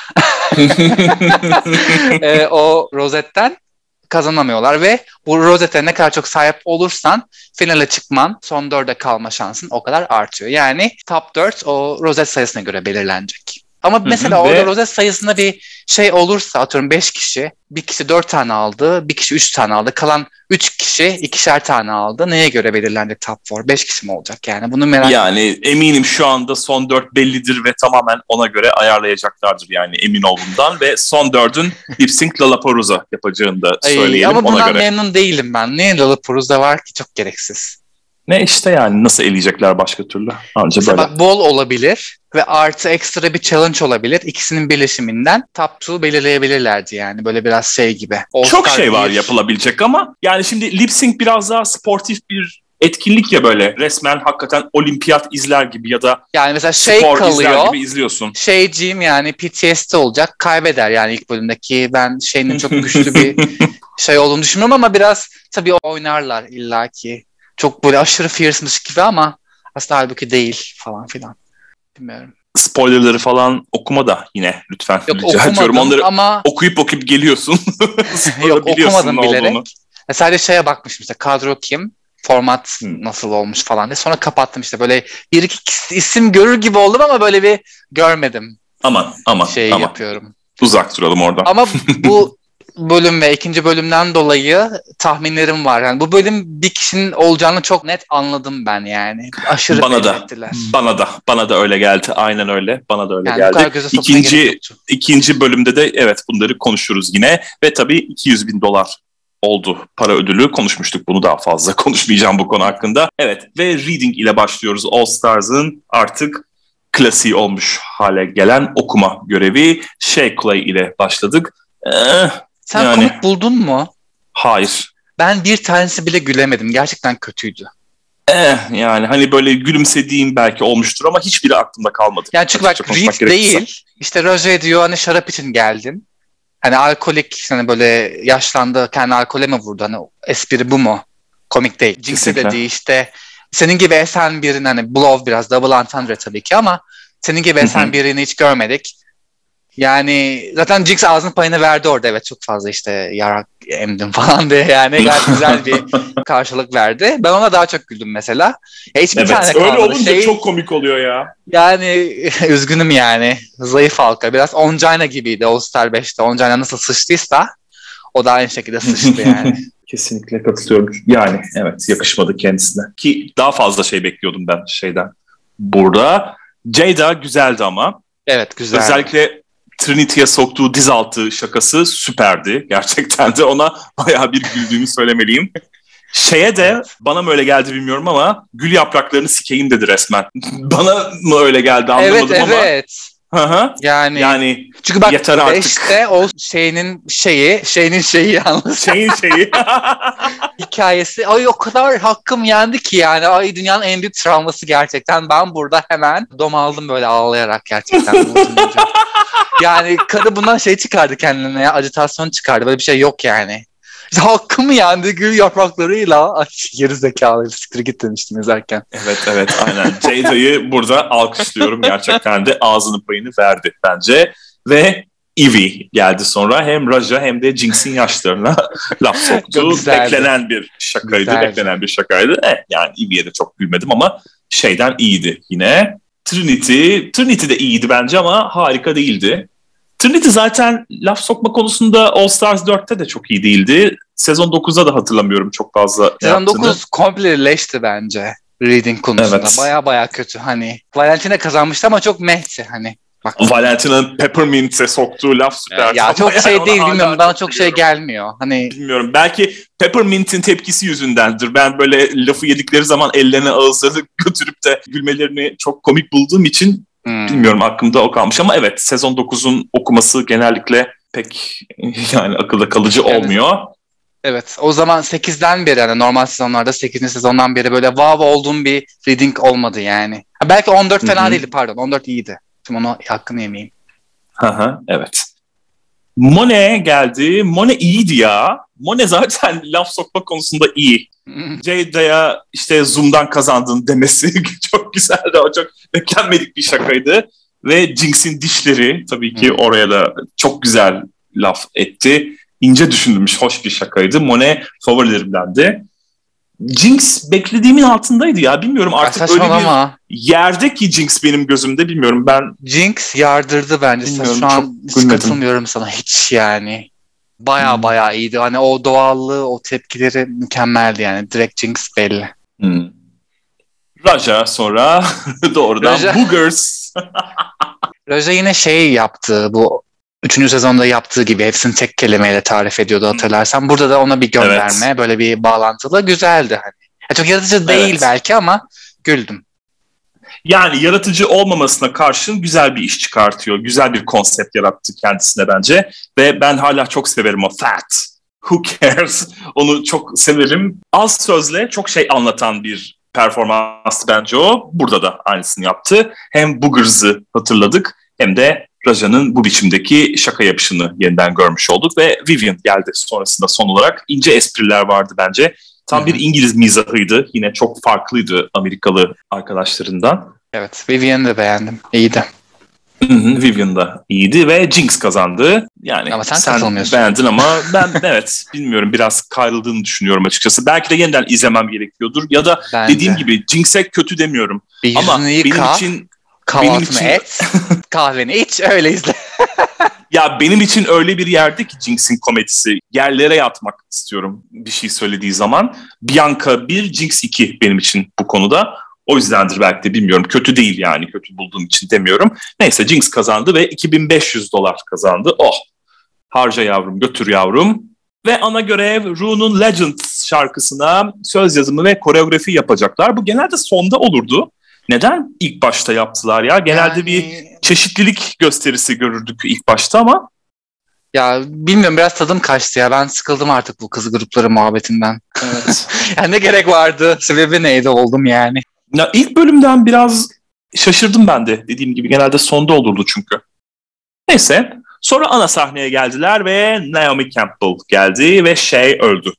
o rozetten kazanamıyorlar ve bu rozete ne kadar çok sahip olursan finale çıkman, son 4'e kalma şansın o kadar artıyor. Yani top 4 o rozet sayısına göre belirlenecek. Ama mesela orada rozet sayısında bir şey olursa, atıyorum 5 kişi, bir kişi 4 tane aldı, bir kişi 3 tane aldı, kalan 3 kişi 2'şer tane aldı. Neye göre belirlenecek top 4? 5 kişi mi olacak yani? Bunu merak ediyorum. Yani eminim şu anda son 4 bellidir ve tamamen ona göre ayarlayacaklardır yani, emin olduğumdan. Ve son 4'ün lip sync Lollapalooza yapacağını da söyleyelim ama ona göre. Ama bundan memnun değilim ben. Niye Lollapalooza var ki? Çok gereksiz. Ne işte yani, nasıl eleyecekler başka türlü? Anca mesela böyle. Bak, bol olabilir ve artı ekstra bir challenge olabilir. İkisinin birleşiminden top 2 belirleyebilirlerdi yani. Böyle biraz şey gibi. Çok şey var yapılabilecek ama yani şimdi lip sync biraz daha sportif bir etkinlik ya, böyle resmen hakikaten olimpiyat izler gibi ya da yani mesela spor kalıyor, izler gibi izliyorsun. Şeyciğim yani PTSD olacak, kaybeder yani ilk bölümdeki. Ben şeyinin çok güçlü bir şey olduğunu düşünmüyorum ama biraz tabii oynarlar illaki. Çok böyle aşırı fierce'mış gibi ama aslında halbuki değil falan filan. Bilmiyorum. Spoilerları falan okuma da yine lütfen. Yok, okumadım onları ama okuyup geliyorsun. Yok, okumadım bilerek. Sadece şeye bakmışım, işte kadro kim, format nasıl olmuş falan diye. Sonra kapattım, işte böyle bir iki isim görür gibi oldum ama böyle bir görmedim. Aman. Yapıyorum. Uzak duralım oradan. Ama bu bölüm ve ikinci bölümden dolayı tahminlerim var. Yani bu bölüm bir kişinin olacağını çok net anladım ben yani. Aşırı belirttiler. Bana da öyle geldi. Aynen öyle. Bana da öyle yani geldi. İkinci bölümde de evet bunları konuşuruz yine ve tabii $200,000 oldu para ödülü. Konuşmuştuk bunu, daha fazla konuşmayacağım bu konu hakkında. Evet, ve reading ile başlıyoruz. All Stars'ın artık klasiği olmuş hale gelen okuma görevi. Shea Coulee ile başladık. Sen yani komik buldun mu? Hayır. Ben bir tanesi bile gülemedim. Gerçekten kötüydü. Yani hani böyle gülümsediğim belki olmuştur ama hiçbiri aklımda kalmadı. Yani çünkü bak, read değil. İşte Roger diyor hani şarap için geldim. Hani alkolik, hani böyle yaşlandı, kendi alkole mi vurdu? Hani espri bu mu? Komik değil. Jinx'e dediği işte senin gibi esen birinin, hani blow biraz double entendre tabii ki ama senin gibi esen birini hiç görmedik. Yani zaten Jinx ağzının payını verdi orada, evet, çok fazla işte yarak emdim falan diye, yani gayet güzel bir karşılık verdi. Ben ona daha çok güldüm mesela. Hiçbir tane kalmadı. Öyle olunca çok komik oluyor ya. Yani üzgünüm yani. Zayıf halka. Biraz Ongina gibiydi All Star 5'te. Ongina nasıl sıçtıysa o da aynı şekilde sıçtı yani. Kesinlikle katılıyorum. Yani evet, yakışmadı kendisine. Ki daha fazla şey bekliyordum ben şeyden. Burada Jada güzeldi ama. Evet, güzeldi. Özellikle Trinity'ye soktuğu dizaltı şakası süperdi. Gerçekten de ona bayağı bir güldüğümü söylemeliyim. Şeye de bana mı öyle geldi bilmiyorum ama gül yapraklarını sikeyim dedi resmen. Bana mı öyle geldi anlamadım ama. Evet. Hı. Yani çünkü bak yeter artık. 5'te o şeyin şeyi yalnız. Şeyin şeyi. Hikayesi. Ay o kadar hakkım yendi ki yani. Ay dünyanın en büyük travması gerçekten. Ben burada hemen domaldım böyle ağlayarak gerçekten. Yani kadın bundan şey çıkardı kendine ya. Ajitasyon çıkardı. Böyle bir şey yok yani. İşte hakkım yendi gül yapraklarıyla. Ay geri zekalı siktir git demiştim izlerken. Evet aynen. Jada'yı burada alkışlıyorum. Gerçekten de ağzının payını verdi bence. Ve Evie geldi sonra. Hem Raja hem de Jinx'in yaşlarına laf soktu. Beklenen bir şakaydı. Yani Evie'ye de çok gülmedim ama şeyden iyiydi yine. Trinity de iyiydi bence ama harika değildi. Trinity zaten laf sokma konusunda All Stars 4'te de çok iyi değildi. Sezon 9'da da hatırlamıyorum çok fazla Sezon 9 kompleleşti bence reading konusunda. Evet. Baya kötü hani. Valentina kazanmıştı ama çok mehti hani. Bak. Valentina'nın Peppermint'e soktuğu laf süper. Ya çok şey değil bilmiyorum. Bana çok şey gelmiyor. Hani bilmiyorum. Belki Peppermint'in tepkisi yüzündendir. Ben böyle lafı yedikleri zaman ellerine ağızlarını götürüp de gülmelerini çok komik bulduğum için bilmiyorum aklımda o kalmış ama evet sezon 9'un okuması genellikle pek yani akılda kalıcı olmuyor. Evet o zaman 8'den beri yani normal sezonlarda 8. sezondan beri böyle wow olduğum bir reading olmadı yani. Belki 14 fena değildi pardon 14 iyiydi. Şimdi onu hakkını yemeyeyim. Evet. Monet geldi. Monet iyiydi ya. Monet zaten laf sokma konusunda iyi. Jada'ya işte Zoom'dan kazandın demesi çok güzeldi. O çok beklenmedik bir şakaydı. Ve Jinx'in dişleri tabii ki oraya da çok güzel laf etti. İnce düşünülmüş, hoş bir şakaydı. Monet favorilerimdendi. Jinx beklediğimin altındaydı ya. Bilmiyorum artık öyle bir yerde ki Jinx benim gözümde bilmiyorum ben. Jinx yardırdı bence. Şu an katılmıyorum sana hiç yani. Baya iyiydi. Hani o doğallığı, o tepkileri mükemmeldi yani. Direkt Jinx belli. Raja sonra doğrudan Boogers. Raja yine şey yaptı bu 3. sezonda yaptığı gibi hepsini tek kelimeyle tarif ediyordu hatırlarsan. Burada da ona bir gönderme böyle bir bağlantılı güzeldi hani. Çok yaratıcı değil belki ama güldüm. Yani yaratıcı olmamasına karşın güzel bir iş çıkartıyor. Güzel bir konsept yarattı kendisine bence. Ve ben hala çok severim o fat. Who cares? Onu çok severim. Az sözle çok şey anlatan bir performanstı bence o. Burada da aynısını yaptı. Hem Boogers'ı hatırladık hem de Raja'nın bu biçimdeki şaka yapışını yeniden görmüş olduk ve Vivian geldi sonrasında son olarak. İnce espriler vardı bence. Tam bir İngiliz mizahıydı. Yine çok farklıydı Amerikalı arkadaşlarından. Evet, Vivian'ı da beğendim. İyiydi. Vivian da iyiydi ve Jinx kazandı. Yani ama sen beğendin ama ben evet bilmiyorum biraz kayrıldığını düşünüyorum açıkçası. Belki de yeniden izlemem gerekiyordur ya da dediğim gibi Jinx'e kötü demiyorum. Ama benim için kahvaltını et, kahveni iç, öyle izle. Ya benim için öyle bir yerde ki Jinx'in komedisi. Yerlere yatmak istiyorum bir şey söylediği zaman. Bianca 1, Jinx 2 benim için bu konuda. O yüzdendir belki de bilmiyorum. Kötü değil yani. Kötü bulduğum için demiyorum. Neyse Jinx kazandı ve $2,500 kazandı. Oh! Harca yavrum, götür yavrum. Ve ana görev Rune'un Legend şarkısına söz yazımı ve koreografi yapacaklar. Bu genelde sonda olurdu. Neden ilk başta yaptılar ya? Genelde bir çeşitlilik gösterisi görürdük ilk başta ama. Ya bilmiyorum biraz tadım kaçtı ya. Ben sıkıldım artık bu kız grupları muhabbetinden. Evet. Yani ne gerek vardı? Sebebi neydi oldum yani. Ya ilk bölümden biraz şaşırdım ben de. Dediğim gibi genelde sonda olurdu çünkü. Neyse. Sonra ana sahneye geldiler ve Naomi Campbell geldi ve öldü.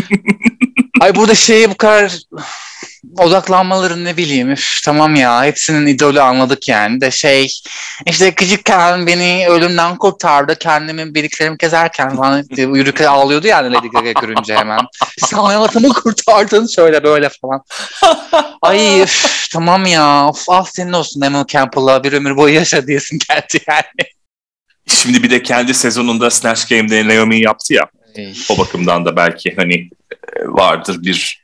Ay burada bu kadar odaklanmaları ne bileyim. Tamam ya hepsinin idolü anladık yani de işte küçükken beni ölümden kurtardı kendimi biriklerimi kezerken falan yürürken ağlıyordu yani Lady Gaga görünce hemen. Sen hayatımı kurtardın şöyle böyle falan. Ay tamam ya senin olsun Naomi Campbell'a bir ömür boyu yaşa diyesin geldi yani. Şimdi bir de kendi sezonunda Snatch Game'de Naomi yaptı ya. O bakımdan da belki hani vardır bir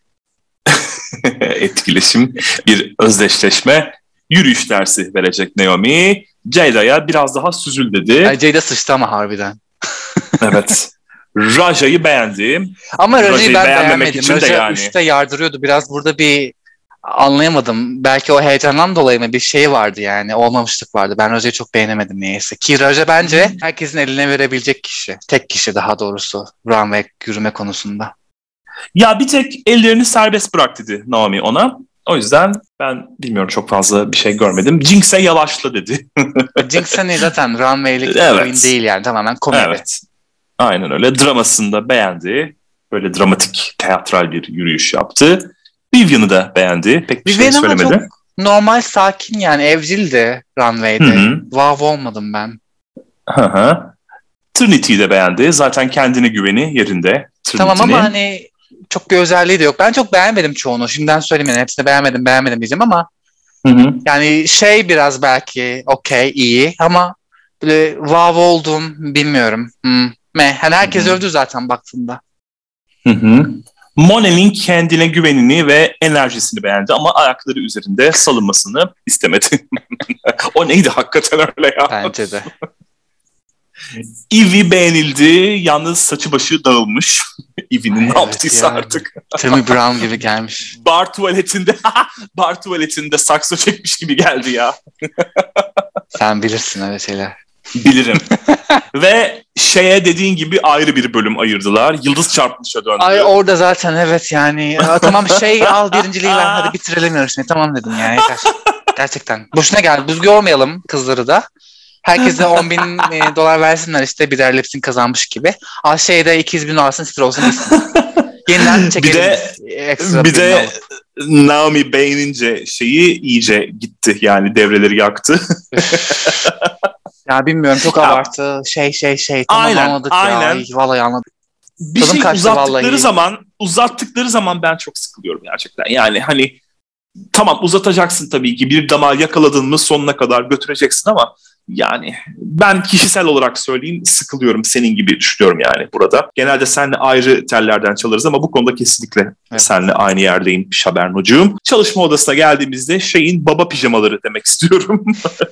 etkileşim, bir özdeşleşme. Yürüyüş dersi verecek Naomi. Jada'ya biraz daha süzül dedi. Jada sıçtı ama harbiden. Evet. Raja'yı beğendim. Ama Raja'yı ben beğenmemek için beğenmedim. de Raja yani. 3'te yardırıyordu. Biraz burada bir anlayamadım. Belki o heyecandan dolayı mı bir şey vardı yani. Olmamışlık vardı. Ben Raja'yı çok beğenemedim niyeyse. Ki Raja bence herkesin eline verebilecek kişi. Tek kişi daha doğrusu. Runway yürüme konusunda. Ya bir tek ellerini serbest bırak dedi Naomi ona. O yüzden ben bilmiyorum, çok fazla bir şey görmedim. Jinx'e yavaşla dedi. Jinx hani zaten runway'lik Evet. oyun değil yani, tamamen komedi. Evet. Aynen öyle. Dramasını da beğendi. Böyle dramatik, teatral bir yürüyüş yaptı. Vivian'ı da beğendi. Pek bir şey Vivian ama söylemedi. çok normal, sakin yani, evcildi runway'de. Hı-hı. Wow olmadım ben. Hı-hı. Trinity'yi de beğendi. Zaten kendine güveni yerinde. Tamam ama hani çok bir özelliği de yok. Ben çok beğenmedim çoğunu. Şimdiden söyleyeyim yani, hepsini beğenmedim diyeceğim ama Hı-hı. yani şey biraz belki okey, iyi ama böyle wow oldum bilmiyorum. Hani herkes övdü zaten baktığında. Hı-hı. Monet'in kendine güvenini ve enerjisini beğendi ama ayakları üzerinde salınmasını istemedi. O neydi hakikaten öyle ya? Bence de. Ivy beğenildi. Yalnız saçı başı dağılmış. Ivy'nin ne yaptıysa yani. artık. Tammy Brown gibi gelmiş. Bar tuvaletinde sakso çekmiş gibi geldi ya. Sen bilirsin öyle şeyler. Bilirim. Ve şeye dediğin gibi ayrı bir bölüm ayırdılar. Yıldız çarpmışa döndü. Ay orada zaten evet yani. Tamam al birinciliği ver, hadi bitirelim yarışmayı. Tamam dedim yani, yeter. Gerçekten. Boşuna geldi. Biz yormayalım kızları da. Herkese $10,000 versinler işte, birer lip sync kazanmış gibi. Şeyde 200,000 alsın, sitir olsun gitsin. Yeniden çekelim. Bir de Naomi beğenince şeyi iyice gitti yani, devreleri yaktı. Ya bilmiyorum, çok abartı. Tamam, aynen, anladık aynen. ya. Ay, vallahi anladık. Bir şey uzattıkları zaman ben çok sıkılıyorum gerçekten. Yani hani tamam, uzatacaksın tabii ki, bir damar yakaladın mı sonuna kadar götüreceksin ama yani ben kişisel olarak söyleyeyim, sıkılıyorum, senin gibi düşünüyorum yani burada. Genelde seninle ayrı tellerden çalarız ama bu konuda kesinlikle seninle aynı yerdeyim Şabernocuğum. Çalışma odasına geldiğimizde şeyin baba pijamaları demek istiyorum.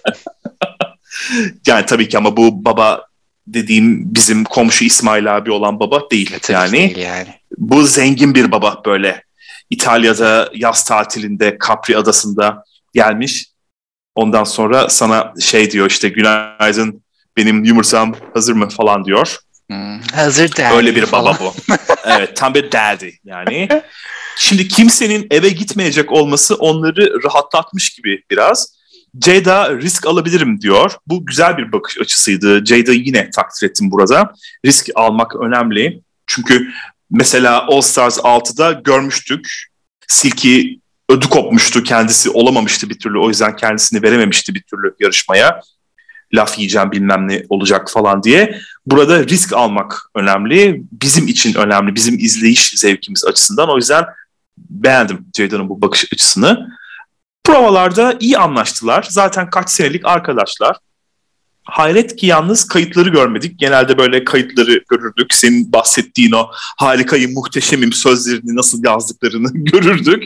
Yani tabii ki ama bu baba dediğim bizim komşu İsmail abi olan baba değil yani. Bu zengin bir baba, böyle İtalya'da yaz tatilinde Capri adasında gelmiş. Ondan sonra sana şey diyor işte, günaydın benim yumurtam hazır mı falan diyor. Hazır daddy. Öyle bir baba bu. Evet, tam bir daddy yani. Şimdi kimsenin eve gitmeyecek olması onları rahatlatmış gibi biraz. Jada risk alabilirim diyor. Bu güzel bir bakış açısıydı. Jada'yı yine takdir ettim burada. Risk almak önemli. Çünkü mesela All Stars 6'da görmüştük. Silky ödü kopmuştu. Kendisi olamamıştı bir türlü. O yüzden kendisini verememişti bir türlü yarışmaya. Laf yiyeceğim bilmem ne olacak falan diye. Burada risk almak önemli. Bizim için önemli. Bizim izleyiş zevkimiz açısından. O yüzden beğendim Jada'nın bu bakış açısını. Provalarda iyi anlaştılar. Zaten kaç senelik arkadaşlar. Hayret ki yalnız kayıtları görmedik. Genelde böyle kayıtları görürdük. Senin bahsettiğin o harikayım, muhteşemim sözlerini nasıl yazdıklarını görürdük.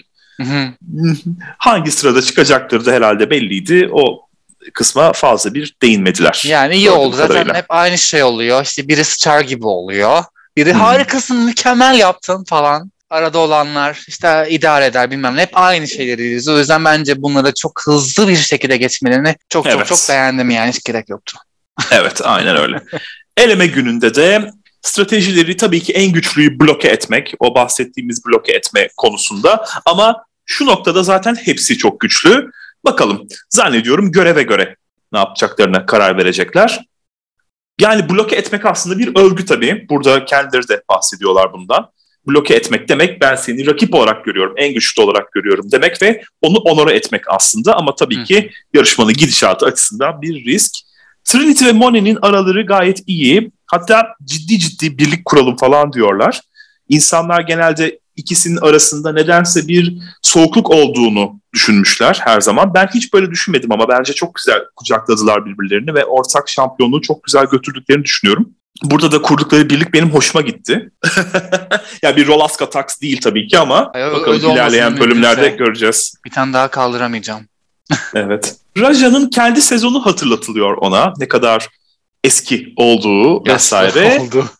Hangi sırada çıkacakları da herhalde belliydi. O kısma fazla bir değinmediler. Yani iyi oldu. Zaten hep aynı şey oluyor. İşte biri sıçar gibi oluyor. Biri harikasın, mükemmel yaptın falan. Arada olanlar işte idare eder bilmem ne. Hep aynı şeyleri izliyoruz. O yüzden bence bunları çok hızlı bir şekilde geçmelerini çok beğendim yani. Hiç gerek yoktu. Evet, aynen öyle. Eleme gününde de stratejileri tabii ki en güçlüyü bloke etmek. O bahsettiğimiz bloke etme konusunda. Ama şu noktada zaten hepsi çok güçlü. Bakalım, zannediyorum göreve göre ne yapacaklarına karar verecekler. Yani bloke etmek aslında bir övgü tabii. Burada kendileri de bahsediyorlar bundan. Bloke etmek demek, ben seni rakip olarak görüyorum, en güçlü olarak görüyorum demek ve onu onore etmek aslında. Ama tabii ki yarışmanın gidişatı açısından bir risk. Trinity ve Monet'in araları gayet iyi. Hatta ciddi birlik kuralım falan diyorlar. İnsanlar genelde ikisinin arasında nedense bir soğukluk olduğunu düşünmüşler her zaman. Ben hiç böyle düşünmedim ama bence çok güzel kucakladılar birbirlerini ve ortak şampiyonluğu çok güzel götürdüklerini düşünüyorum. Burada da kurdukları birlik benim hoşuma gitti. Yani bir Rolaska Tax değil tabii ki ama bakalım ilerleyen bölümlerde göreceğiz. Bir tane daha kaldıramayacağım. Evet. Raja'nın kendi sezonu hatırlatılıyor ona. Ne kadar eski olduğu vesaire. Oldu.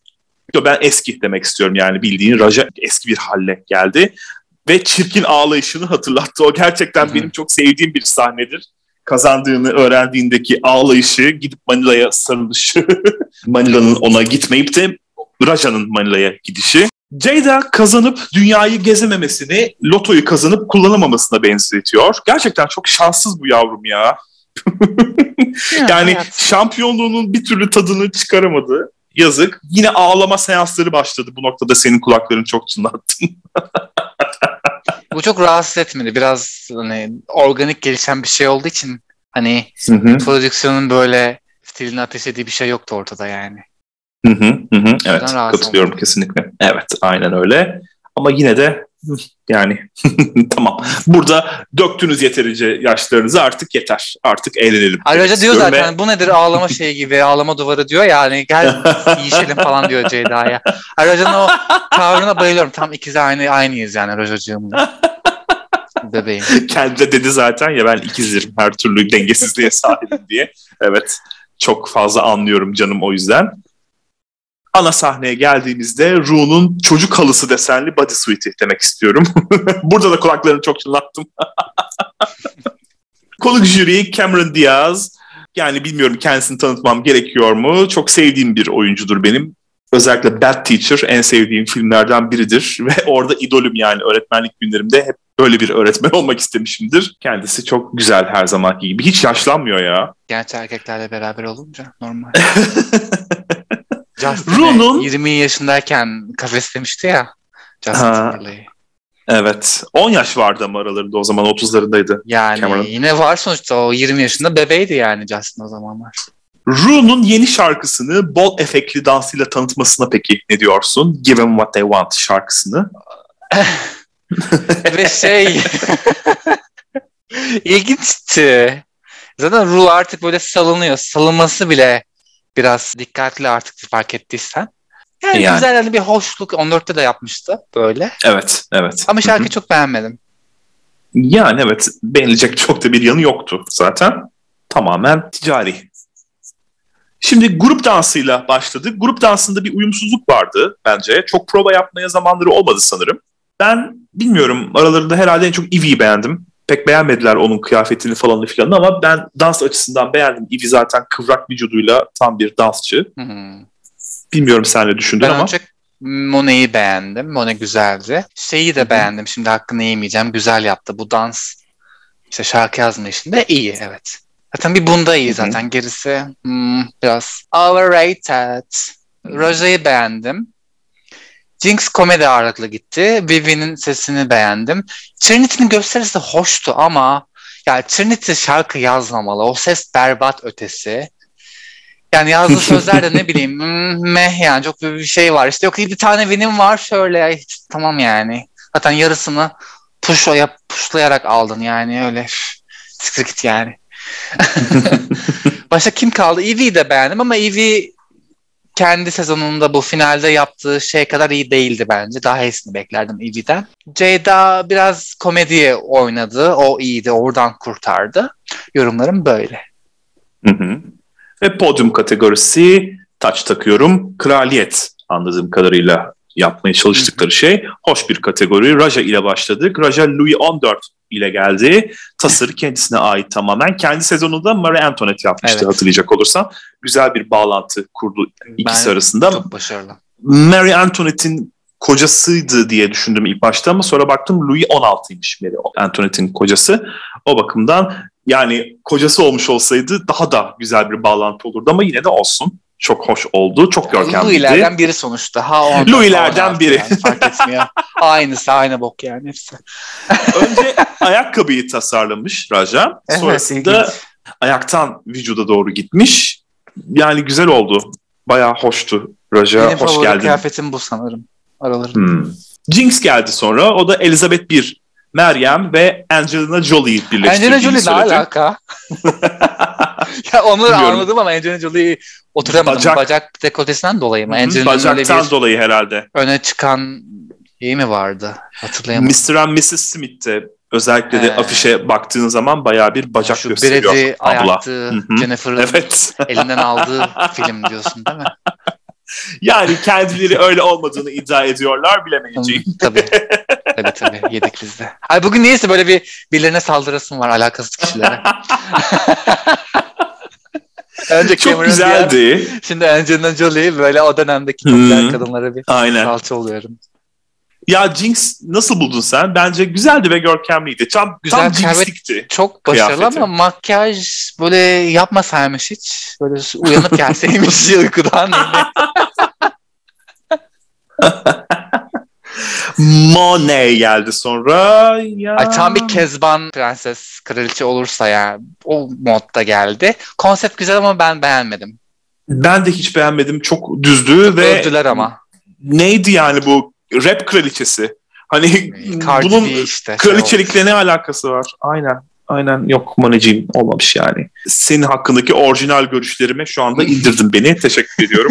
Ben eski demek istiyorum yani, bildiğin Raja eski bir halle geldi. Ve çirkin ağlayışını hatırlattı. O gerçekten benim çok sevdiğim bir sahnedir. Kazandığını öğrendiğindeki ağlayışı, gidip Manila'ya sarılışı, Manila'nın ona gitmeyip de Raja'nın Manila'ya gidişi. Jada kazanıp dünyayı gezememesini, lotoyu kazanıp kullanamamasına benzetiyor. Gerçekten çok şanssız bu yavrum ya. Yani şampiyonluğunun bir türlü tadını çıkaramadı. Yazık. Yine ağlama seansları başladı. Bu noktada senin kulaklarını çok çınlattım. Bu çok rahatsız etmedi. Biraz hani organik gelişen bir şey olduğu için hani prodüksiyonun böyle stilini ateş ettiği bir şey yoktu ortada yani. Evet, katılıyorum kesinlikle. Evet, aynen öyle. Ama yine de yani tamam. Burada döktünüz yeterince yaşlarınızı, artık yeter. Artık eğlenelim. Ayrıca diyor zaten bu nedir ağlama şeyi gibi, ağlama duvarı diyor yani, gel yiyişelim falan diyor Ceyda'ya. Ayrıca o tavrına bayılıyorum. Tam ikizi aynıyız yani Roja'cığımla. Bebeğim. Kendi de dedi zaten ya, ben ikizlerim, her türlü dengesizliğe sahibim diye. Evet, çok fazla anlıyorum canım o yüzden. Ana sahneye geldiğimizde Ru'nun çocuk halısı desenli bodysuit'i demek istiyorum. Burada da kulaklarını çok çınlattım. Konuk jüri Cameron Diaz. Yani bilmiyorum, kendisini tanıtmam gerekiyor mu? Çok sevdiğim bir oyuncudur benim. Özellikle Bad Teacher en sevdiğim filmlerden biridir. Ve orada idolüm yani, öğretmenlik günlerimde hep böyle bir öğretmen olmak istemişimdir. Kendisi çok güzel her zamanki gibi. Hiç yaşlanmıyor ya. Genç erkeklerle beraber olunca normal. Ru'nun 20 yaşındayken kafeslemişti ya Justin Timberlake'i. Evet. 10 yaş vardı ama aralarında, o zaman 30'larındaydı. Yani Cameron. Yine var sonuçta, o 20 yaşında bebeydi yani Justin o zamanlar. Ru'nun yeni şarkısını bol efektli dansıyla tanıtmasına peki ne diyorsun? Give 'em What They Want şarkısını. Evet ilginçti. Zaten Ru artık böyle salınıyor. Salınması bile biraz dikkatli artık, fark ettiysen. Yani güzel, hani bir hoşluk. 14'te de yapmıştı böyle. Evet. Ama şarkıyı çok beğenmedim. Yani evet, beğenilecek çok da bir yanı yoktu zaten. Tamamen ticari. Şimdi grup dansıyla başladık. Grup dansında bir uyumsuzluk vardı bence. Çok prova yapmaya zamanları olmadı sanırım. Ben bilmiyorum, aralarında herhalde en çok Evie'yi beğendim. Pek beğenmediler onun kıyafetini falan filan, ama ben dans açısından beğendim. Evie zaten kıvrak vücuduyla tam bir dansçı. Bilmiyorum sen ne düşündün ama. Ben önce Monet'i beğendim. Monet güzeldi. Şeyi de beğendim. Şimdi hakkını yemeyeceğim. Güzel yaptı. Bu dans, işte şarkı yazma işinde iyi, evet. Zaten bir bunda iyi zaten. Gerisi biraz overrated. Roja'yı beğendim. Jinx komedi ağırlıklı gitti. Vivi'nin sesini beğendim. Trinity'nin gösterisi de hoştu ama yani Trinity şarkı yazmamalı. O ses berbat ötesi. Yani yazdığı sözler de ne bileyim yani çok bir şey var. İşte yok bir tane Win'im var şöyle, tamam yani. Zaten yarısını pushlayarak aldın yani, öyle siktir git yani. Başka kim kaldı? Evie'yi de beğendim ama Evie kendi sezonunda bu finalde yaptığı şey kadar iyi değildi bence. Daha iyisini beklerdim Evie'den. Jada biraz komediye oynadı. O iyiydi. Oradan kurtardı. Yorumlarım böyle. Ve podyum kategorisi, taç takıyorum, kraliyet anladığım kadarıyla yapmaya çalıştıkları şey. Hoş bir kategori. Raja ile başladık. Raja Louis XIV ile geldi. Tasarı kendisine ait tamamen. Kendi sezonunda Marie Antoinette yapmıştı, hatırlayacak olursan. Güzel bir bağlantı kurdu ikisi arasında. Çok başarılı. Marie Antoinette'in kocasıydı diye düşündüm ilk başta ama sonra baktım Louis XVI'ymiş Marie Antoinette'in kocası. O bakımdan yani kocası olmuş olsaydı daha da güzel bir bağlantı olurdu ama yine de olsun. Çok hoş oldu. Çok görkemliydi. Louis'lerden biri sonuçta. Louis'lerden biri. Yani, fark etmiyor. Aynı bok yani hepsi. Önce ayakkabıyı tasarlamış Raja. Evet, sonrasında ilginç. Ayaktan vücuda doğru gitmiş. Yani güzel oldu. Bayağı hoştu Raja. Benim hoş geldin. Benim favori kıyafetim bu sanırım. Aralarında. Jinx geldi sonra. O da Elizabeth I, Meryem ve Angelina Jolie'yi birleştirdiğini Angelina Jolie ne alaka? Ya onları anladım ama Angelina Jolie'yi oturamadım. Bacak dekoltesinden dolayı mı? Bacaktan dolayı herhalde. Öne çıkan iyi mi vardı? Hatırlayamadım. Mr. and Mrs. Smith'te özellikle de afişe baktığın zaman bayağı bir bacak gösteriyor. Brady ayaktığı, Jennifer'ın elinden aldığı film diyorsun değil mi? Yani kendileri öyle olmadığını iddia ediyorlar, bilemeyeceğim. Tabii. Tabii yedikizde. Ay bugün niyeyse böyle birilerine saldırasım var alakasız kişilere. Önce Çok Cameron güzeldi. Diaz, şimdi Angelina Jolie, böyle o dönemdeki popüler kadınlara bir salça oluyorum. Ya Jinx nasıl buldun sen? Bence güzeldi ve görkemliydi. Tam Jinx'likti. Çok başarılı kıyafeti. Ama makyaj böyle yapmasaymış hiç. Böyle uyanıp gelseymiş uykudan. Monet geldi sonra. Ya. Ay, tam bir Kezban prenses kraliçe olursa ya, o modda geldi. Konsept güzel ama ben beğenmedim. Ben de hiç beğenmedim. Çok düzdü ve öldüler ama. Neydi yani bu rap kraliçesi? Hani bunun işte, kraliçelikle ne alakası var? Aynen yok Monet'ciğim, olmamış yani. Senin hakkındaki orijinal görüşlerime şu anda indirdin beni. Teşekkür ediyorum.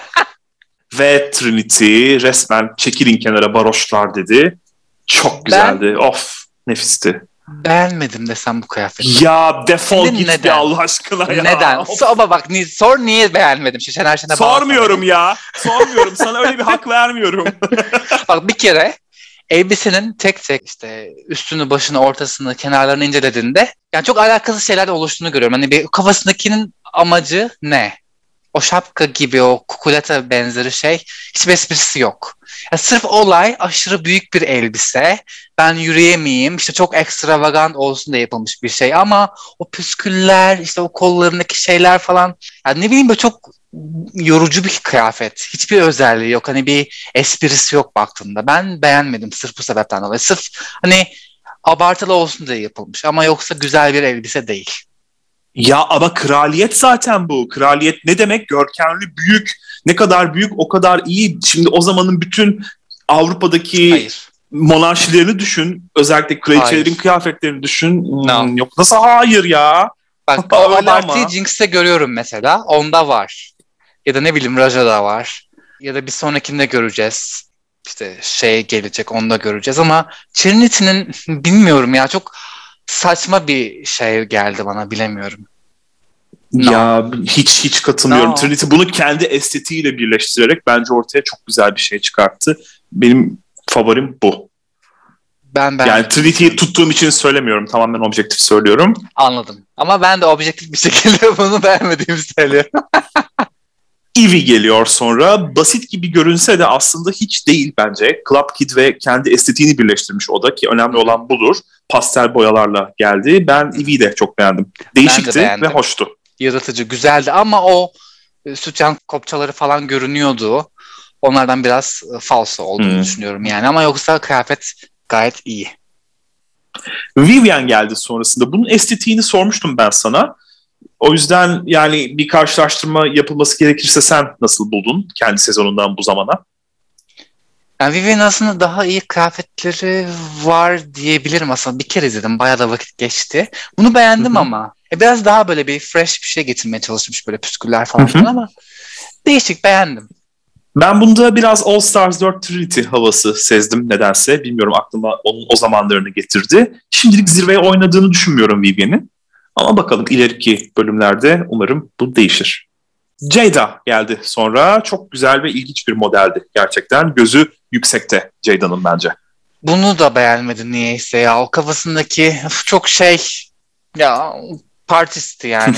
Ve Trinity resmen çekilin kenara baroşlar dedi. Çok güzeldi. Of, nefisti. Beğenmedim desem bu kıyafeti. Ya defol git bir Allah aşkına ya. Neden? Ama bak sor niye beğenmedim. Şener Şen'e sormuyorum ya. Sormuyorum. Sana öyle bir hak vermiyorum. Bak bir kere elbisenin tek tek işte üstünü, başını, ortasını, kenarlarını incelediğinde yani çok alakasız şeyler oluştuğunu görüyorum. Hani bir kafasındakinin amacı ne? O şapka gibi, o kukulata benzeri şey hiçbir esprisi yok. Yani sırf olay aşırı büyük bir elbise, ben yürüyemeyeyim, işte çok ekstravagant olsun diye yapılmış bir şey ama o püsküller, işte o kollarındaki şeyler falan, yani ne bileyim, böyle çok yorucu bir kıyafet. Hiçbir özelliği yok. Hani bir esprisi yok baktığında. Ben beğenmedim sırf bu sebepten dolayı. Sırf hani abartılı olsun diye yapılmış ama yoksa güzel bir elbise değil. Ya ama kraliyet zaten bu. Kraliyet ne demek? Görkemli, büyük. Ne kadar büyük o kadar iyi. Şimdi o zamanın bütün Avrupa'daki monarşilerini düşün. Özellikle kraliçelerin kıyafetlerini düşün. Yok nasıl hayır ya? Bak o abartıyı Jinx'te görüyorum mesela. Onda var. Ya da ne bileyim Raja'da var. Ya da bir sonrakinde göreceğiz. İşte şey gelecek, onu da göreceğiz ama Trinity'nin bilmiyorum ya, çok saçma bir şey geldi bana, bilemiyorum. Ya hiç katılmıyorum. Trinity bunu kendi estetiğiyle birleştirerek bence ortaya çok güzel bir şey çıkarttı. Benim favorim bu. Ben yani Trinity'yi tuttuğum için söylemiyorum. Tamamen objektif söylüyorum. Anladım. Ama ben de objektif bir şekilde bunu beğenmediğimi söylüyorum. Ivy geliyor sonra. Basit gibi görünse de aslında hiç değil bence. Club Kid ve kendi estetiğini birleştirmiş o da, ki önemli olan budur. Pastel boyalarla geldi. Ben Ivy'yi de çok beğendim. Değişikti ve hoştu. Yaratıcı, güzeldi ama o sütyen kopçaları falan görünüyordu. Onlardan biraz falso olduğunu düşünüyorum yani. Ama yoksa kıyafet gayet iyi. Vivian geldi sonrasında. Bunun estetiğini sormuştum ben sana. O yüzden yani bir karşılaştırma yapılması gerekirse sen nasıl buldun kendi sezonundan bu zamana? Yani Vivian aslında daha iyi kıyafetleri var diyebilirim aslında. Bir kere izledim. Bayağı da vakit geçti. Bunu beğendim ama. Biraz daha böyle bir fresh bir şey getirmeye çalışmış, böyle püsküller falan ama değişik, beğendim. Ben bunda biraz All Stars 4 Trinity havası sezdim nedense. Bilmiyorum, aklıma onun o zamanlarını getirdi. Şimdilik zirveye oynadığını düşünmüyorum Vivian'in. Ama bakalım ileriki bölümlerde umarım bu değişir. Jada geldi sonra. Çok güzel ve ilginç bir modeldi gerçekten. Gözü yüksekte Jada'nın bence. Bunu da beğenmedim niyeyse ya. O kafasındaki çok ya partisti yani.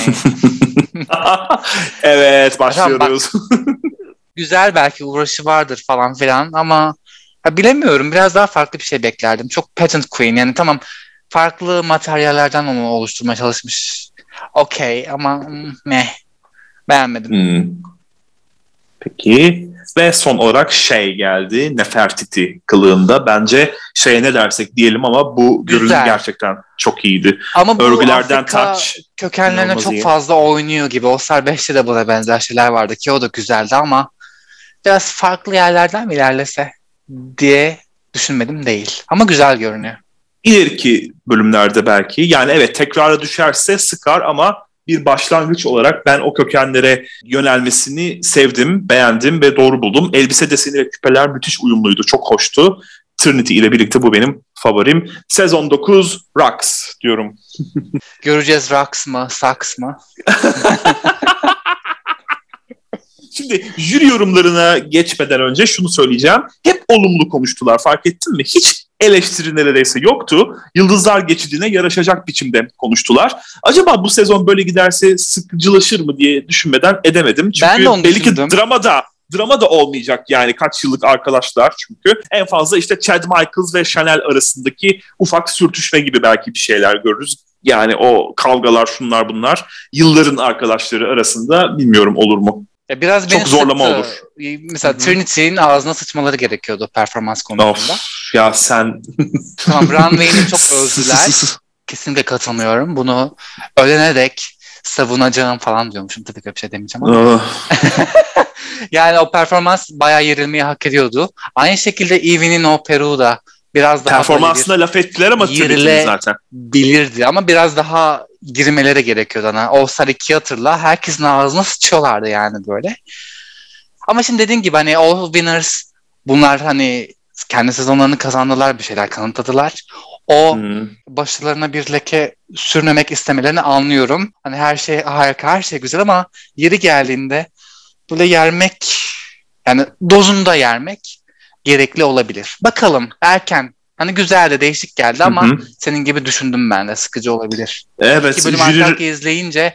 Evet, başlıyoruz. Güzel, belki uğraşı vardır falan filan ama bilemiyorum, biraz daha farklı bir şey beklerdim. Çok pageant queen yani, tamam farklı materyallerden onu oluşturmaya çalışmış. Okey ama beğenmedim. Peki ve son olarak geldi. Nefertiti kılığında. Bence ne dersek diyelim ama bu görünüm gerçekten çok iyiydi. Ama bu örgülerden Afrika kökenlerine çok fazla oynuyor gibi. All-Star 5'te de buna benzer şeyler vardı ki o da güzeldi ama biraz farklı yerlerden mi ilerlese diye düşünmedim değil. Ama güzel görünüyor. İleriki bölümlerde belki. Yani evet, tekrara düşerse sıkar ama bir başlangıç olarak ben o kökenlere yönelmesini sevdim, beğendim ve doğru buldum. Elbise deseni ve küpeler müthiş uyumluydu, çok hoştu. Trinity ile birlikte bu benim favorim. Sezon 9 Rocks diyorum. Göreceğiz, Rocks mı, Saks mı? Şimdi jüri yorumlarına geçmeden önce şunu söyleyeceğim. Hep olumlu konuştular, fark ettin mi? Hiç eleştiri neredeyse yoktu. Yıldızlar Geçidi'ne yaraşacak biçimde konuştular. Acaba bu sezon böyle giderse sıkıcılaşır mı diye düşünmeden edemedim. Çünkü ben de onu belli düşündüm. ki drama da olmayacak yani, kaç yıllık arkadaşlar çünkü. En fazla işte Chad Michaels ve Chanel arasındaki ufak sürtüşme gibi belki bir şeyler görürüz. Yani o kavgalar, şunlar bunlar, yılların arkadaşları arasında bilmiyorum olur mu? Biraz çok zorlama olur. Mesela Trinity'nin ağzına sıçmaları gerekiyordu performans konusunda. Ya sen... Tamam, Runway'ini çok övdüler. Kesinlikle katılmıyorum. Bunu ölene dek savunacağım falan diyormuşum. Tabii ki bir şey demeyeceğim ama. Yani o performans bayağı yerilmeyi hak ediyordu. Aynı şekilde Evie'nin o peruğu da biraz daha performansına laf ettiler ama Trinity'nin zaten. Bilirdi ama biraz daha girmeleri gerekiyordu. Hani All-Star 2'yi hatırla. Herkesin ağzına sıçıyorlardı yani böyle. Ama şimdi dediğin gibi hani All Winners, bunlar hani kendi sezonlarını kazandılar, bir şeyler kanıtladılar. O başlarına bir leke sürmemek istemelerini anlıyorum. Hani her şey harika, her şey güzel ama yeri geldiğinde böyle yermek, yani dozunda yermek gerekli olabilir. Bakalım, erken. Hani güzel de değişik geldi ama senin gibi düşündüm ben de, sıkıcı olabilir. Evet. İki bölüm arka izleyince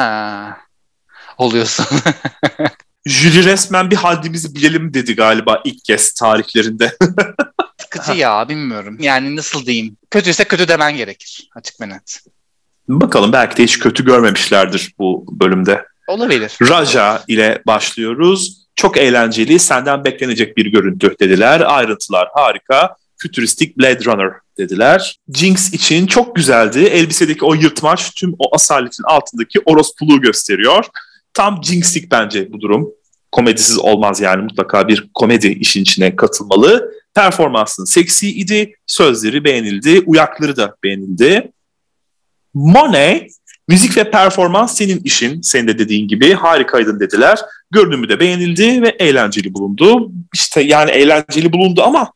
oluyorsun. Jüri resmen bir haddimizi bilelim dedi galiba ilk kez tarihlerinde. Sıkıcı ya, bilmiyorum. Yani nasıl diyeyim? Kötüyse kötü demen gerekir. Açık ve net. Bakalım, belki de hiç kötü görmemişlerdir bu bölümde. Olabilir. Raja ile başlıyoruz. Çok eğlenceli, senden beklenecek bir görüntü dediler. Ayrıntılar harika. Fütüristik Blade Runner dediler. Jinx için çok güzeldi. Elbisedeki o yırtmaç tüm o asaletin altındaki orospuluğu gösteriyor. Tam Jinx'lik bence bu durum. Komedisiz olmaz yani, mutlaka bir komedi işin içine katılmalı. Performansın seksi idi, sözleri beğenildi, uyakları da beğenildi. Monet, müzik ve performans senin işin, senin de dediğin gibi harikaydın dediler. Görünümü de beğenildi ve eğlenceli bulundu. İşte yani eğlenceli bulundu ama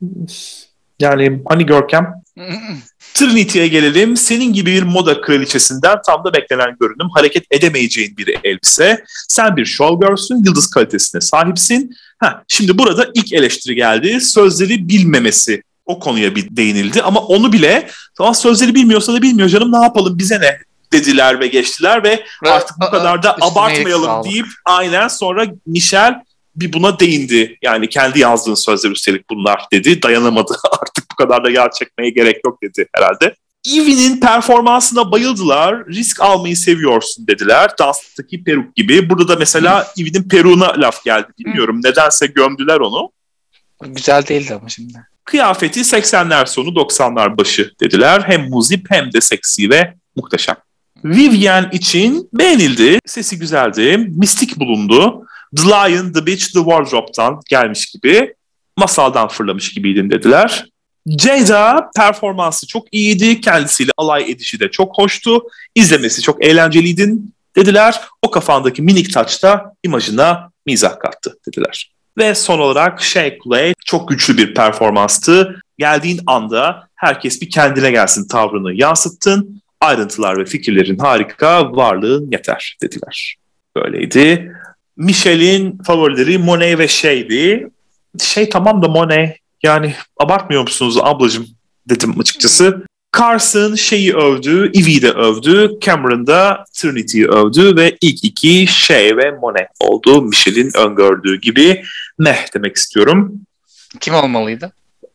yani hani Görkem? Trinity'ye gelelim. Senin gibi bir moda kraliçesinden tam da beklenen görünüm, hareket edemeyeceğin bir elbise. Sen bir showgirl'sün, yıldız kalitesine sahipsin. Şimdi burada ilk eleştiri geldi. Sözleri bilmemesi, o konuya bir değinildi ama onu bile tamam, sözleri bilmiyorsa da bilmiyor canım, ne yapalım bize ne dediler ve geçtiler ve artık bu kadar da abartmayalım deyip aynen sonra Michelle bir buna değindi. Yani kendi yazdığın sözler üstelik bunlar dedi. Dayanamadı. Artık bu kadar da yağ çekmeye gerek yok dedi herhalde. Evie'nin performansına bayıldılar. Risk almayı seviyorsun dediler. Danstaki peruk gibi. Burada da mesela Evie'nin peruğuna laf geldi. Bilmiyorum. Nedense gömdüler onu. Güzel değildi ama şimdi. Kıyafeti 80'ler sonu 90'lar başı dediler. Hem muzip hem de seksi ve muhteşem. Vivienne için beğenildi. Sesi güzeldi. Mistik bulundu. The Lion, The Witch, The Wardrobe'dan gelmiş gibi, masaldan fırlamış gibiydin dediler. Jada performansı çok iyiydi. Kendisiyle alay edişi de çok hoştu. İzlemesi çok eğlenceliydin dediler. O kafandaki minik taç da imajına mizah kattı dediler. Ve son olarak Shea Coulee çok güçlü bir performanstı. Geldiğin anda herkes bir kendine gelsin tavrını yansıttın. Ayrıntılar ve fikirlerin harika, varlığın yeter dediler. Böyleydi. Michelle'in favorileri Monet ve Shea'di. Tamam da Monet, yani abartmıyor musunuz ablacığım dedim açıkçası. Carson Shea'yi övdü, Evie'yi de övdü, Cameron da Trinity'yi övdü ve ilk iki Shea ve Monet oldu. Michelle'in öngördüğü gibi. Meh demek istiyorum. Kim olmalıydı?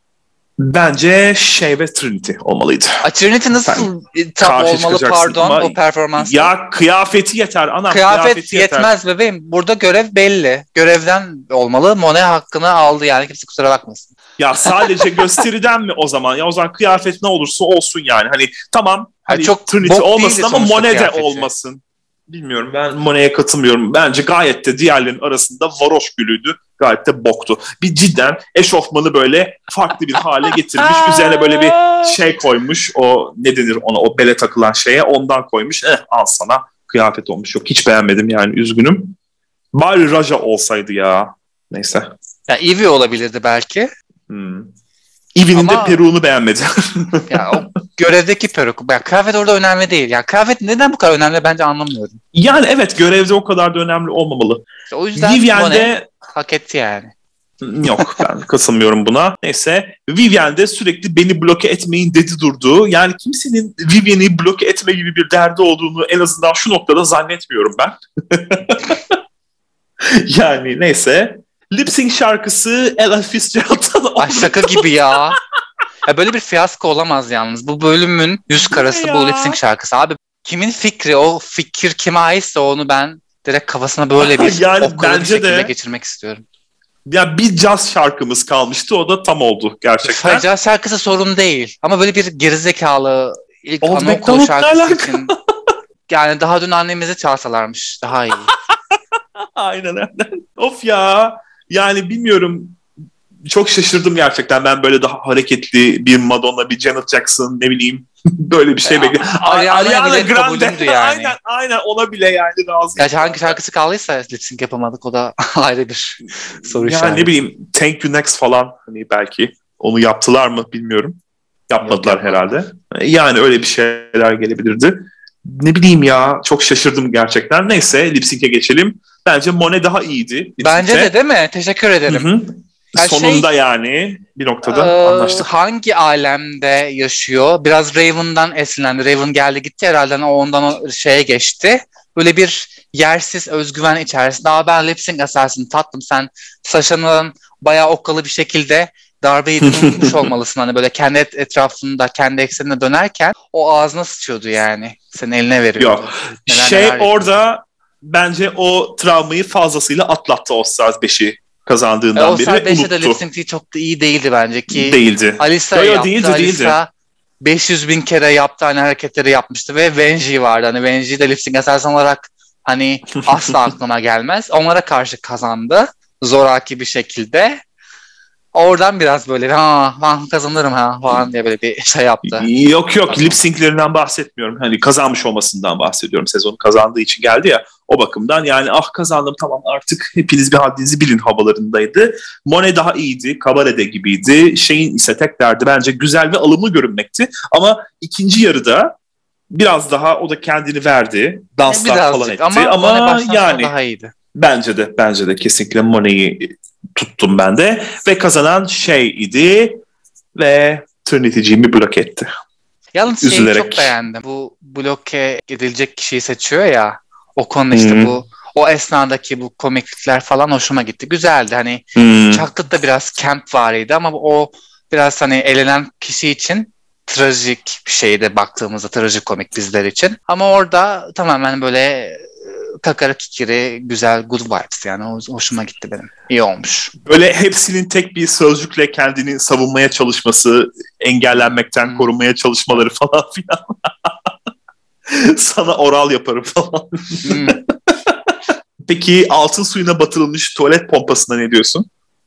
Bence Shea ve Trinity olmalıydı. Trinity nasıl tam olmalı pardon o performans? Ya kıyafeti yeter anam. Kıyafet yetmez yeter. Bebeğim. Burada görev belli. Görevden olmalı. Monet hakkını aldı yani, kimse kusura bakmasın. Ya sadece gösteriden mi o zaman? Ya o zaman kıyafet ne olursa olsun yani. Hani tamam hani çok Trinity olmasın ama Monet de olmasın. Bilmiyorum, ben Monet'e katılmıyorum. Bence gayet de diğerlerinin arasında varoş gülüydü. Gayet de boktu. Bir cidden eşofmanı böyle farklı bir hale getirmiş. Üzerine böyle bir şey koymuş. O ne denir ona, o bele takılan şeye, ondan koymuş. Al sana kıyafet olmuş. Yok, hiç beğenmedim yani, üzgünüm. Bari Raja olsaydı ya. Neyse. Ya Evie olabilirdi belki. Evi'nin de peruğunu beğenmedi. Ya o görevdeki peruk. Ya kıyafet orada önemli değil. Ya kıyafet neden bu kadar önemli bence anlamıyorum. Yani evet, görevde o kadar da önemli olmamalı. İşte o yüzden Vivienne'de hak etti yani. Yok, ben katılmıyorum buna. Neyse, Vivienne de sürekli beni bloke etmeyin dedi durdu. Yani kimsenin Vivienne'i bloke etme gibi bir derdi olduğunu en azından şu noktada zannetmiyorum ben. Yani neyse. Lip Sync şarkısı Ella Fitzgerald'dan. Ay şaka gibi ya. Ya böyle bir fiyasko olamaz yalnız. Bu bölümün yüz karası bu lip sync şarkısı. Abi kimin fikri, o fikir kime aitse onu ben direkt kafasına böyle bir yani okkalı bir şekilde de geçirmek istiyorum. Ya bir caz şarkımız kalmıştı, o da tam oldu gerçekten. Caz şarkısı sorun değil ama böyle bir gerizekalı ilk Old anaokulu McDonald's şarkısı için yani daha dün annemizi çalsalarmış daha iyi. Aynen. Of ya, yani bilmiyorum, çok şaşırdım gerçekten. Ben böyle daha hareketli bir Madonna, bir Janet Jackson, ne bileyim böyle bir şey bekliyorum. Ariana Grande yani. Aynen ona bile yani razı. Gerçi hangi şarkısı kaldıysa lip sync yapamadık, o da ayrı bir soru işareti. Yani ne bileyim, Thank You Next falan, hani belki onu yaptılar mı bilmiyorum. Yapmadılar herhalde. Yani öyle bir şeyler gelebilirdi. Ne bileyim ya, çok şaşırdım gerçekten. Neyse, lip sync'e geçelim. Bence Monet daha iyiydi. Bence de değil mi? Teşekkür ederim. Hı-hı. Sonunda yani bir noktada anlaştık. Hangi alemde yaşıyor? Biraz Raven'dan esinlendi. Raven geldi gitti herhalde, o ondan o şeye geçti. Böyle bir yersiz özgüven içerisinde. Ama ben lip sync esasını tattım. Sen Sasha'nın bayağı okkalı bir şekilde darbeyi bulmuş olmalısın. Hani böyle kendi etrafında, kendi eksenine dönerken o ağzına sıçıyordu yani. Senin eline veriyordu. Yok. Orada bence o travmayı fazlasıyla atlattı All Stars 5'i kazandığından beri. All Stars 5'e de lip sync'i çok da iyi değildi bence ki. Değildi. Alisa yaptı. Alisa 500.000 kere yaptı, hani hareketleri yapmıştı ve Venji vardı. Hani Venji de lip sync esasen olarak hani asla aklıma gelmez. Onlara karşı kazandı. Zoraki bir şekilde. Oradan biraz böyle ben kazanırım falan diye böyle bir şey yaptı. Yok lip sync'lerinden bahsetmiyorum. Hani kazanmış olmasından bahsediyorum. Sezonu kazandığı için geldi ya, o bakımdan yani kazandım tamam artık hepiniz bir haddinizi bilin havalarındaydı. Monet daha iyiydi. Cabaret'de gibiydi. Şeyin ise tek derdi bence güzel ve alımlı görünmekti. Ama ikinci yarıda biraz daha o da kendini verdi. Danslar falan etti. Ama yani daha iyiydi. Bence de kesinlikle Monet'i tuttum ben de. Ve kazanan idi ve Trinity'ciğimi bloke etti. Yalnız şeyi çok beğendim. Bu bloke edilecek kişiyi seçiyor ya. O konu işte bu. O esnadaki bu komiklikler falan hoşuma gitti. Güzeldi. Hani Chuck'ta da biraz camp varıydı ama o biraz hani elenen kişi için trajik bir şeydi baktığımızda, trajikomik bizler için. Ama orada tamamen böyle kakara kikiri güzel good vibes yani hoşuma gitti benim. İyi olmuş. Böyle hepsinin tek bir sözcükle kendini savunmaya çalışması, engellenmekten korunmaya çalışmaları falan filan. Sana oral yaparım falan. Peki altın suyuna batırılmış tuvalet pompasına ne diyorsun?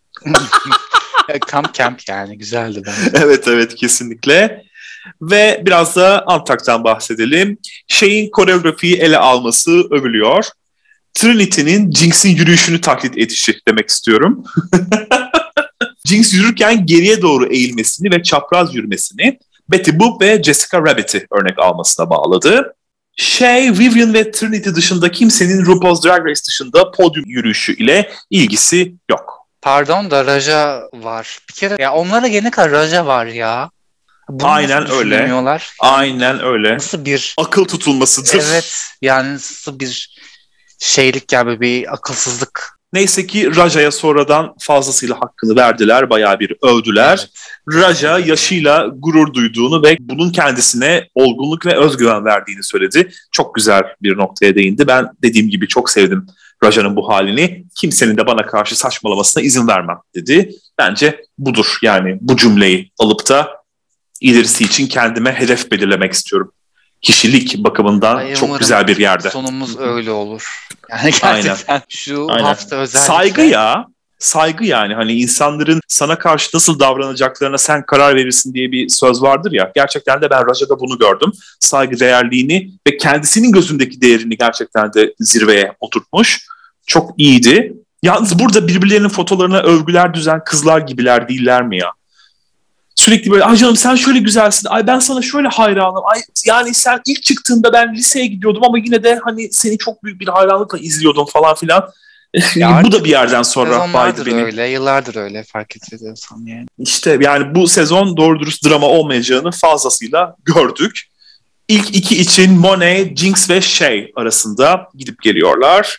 Camp yani güzeldi bence. Evet kesinlikle. Ve biraz da Antak'tan bahsedelim. Şeyin koreografiyi ele alması övülüyor. Trinity'nin Jinx'in yürüyüşünü taklit edişi demek istiyorum. Jinx yürürken geriye doğru eğilmesini ve çapraz yürümesini Betty Boop ve Jessica Rabbit'i örnek almasına bağladı. Vivienne ve Trinity dışında kimsenin RuPaul's Drag Race dışında podyum yürüyüşü ile ilgisi yok. Pardon da Raja var. Bir kere ya onlara yeni kadar Raja var ya. Bunu aynen öyle. Aynen öyle. Nasıl bir akıl tutulmasıdır. Evet. Yani nasıl bir şeylik yani, bir akılsızlık. Neyse ki Raja'ya sonradan fazlasıyla hakkını verdiler. Bayağı bir övdüler. Evet. Raja yaşıyla gurur duyduğunu ve bunun kendisine olgunluk ve özgüven verdiğini söyledi. Çok güzel bir noktaya değindi. Ben dediğim gibi çok sevdim Raja'nın bu halini. Kimsenin de bana karşı saçmalamasına izin vermem dedi. Bence budur yani, bu cümleyi alıp da ilerisi için kendime hedef belirlemek istiyorum. Kişilik bakımından çok güzel bir yerde. Sonumuz öyle olur. Yani gerçekten şu hafta özellikle. Saygı yani, hani insanların sana karşı nasıl davranacaklarına sen karar verirsin diye bir söz vardır ya. Gerçekten de ben Raja'da bunu gördüm. Saygı değerliğini ve kendisinin gözündeki değerini gerçekten de zirveye oturtmuş. Çok iyiydi. Yalnız burada birbirlerinin fotolarına övgüler düzen kızlar gibiler değiller mi ya? sürekli böyle ay canım sen şöyle güzelsin, ay ben sana şöyle hayranım, ay yani sen ilk çıktığında ben liseye gidiyordum ama yine de hani seni çok büyük bir hayranlıkla izliyordum falan filan. Bu da bir yerden sonra baydı beni. Öyle, yıllardır öyle fark ediyorsam yani. İşte yani bu sezon doğru dürüst drama olmayacağını fazlasıyla gördük. İlk iki için Monet, Jinx ve Shay arasında gidip geliyorlar.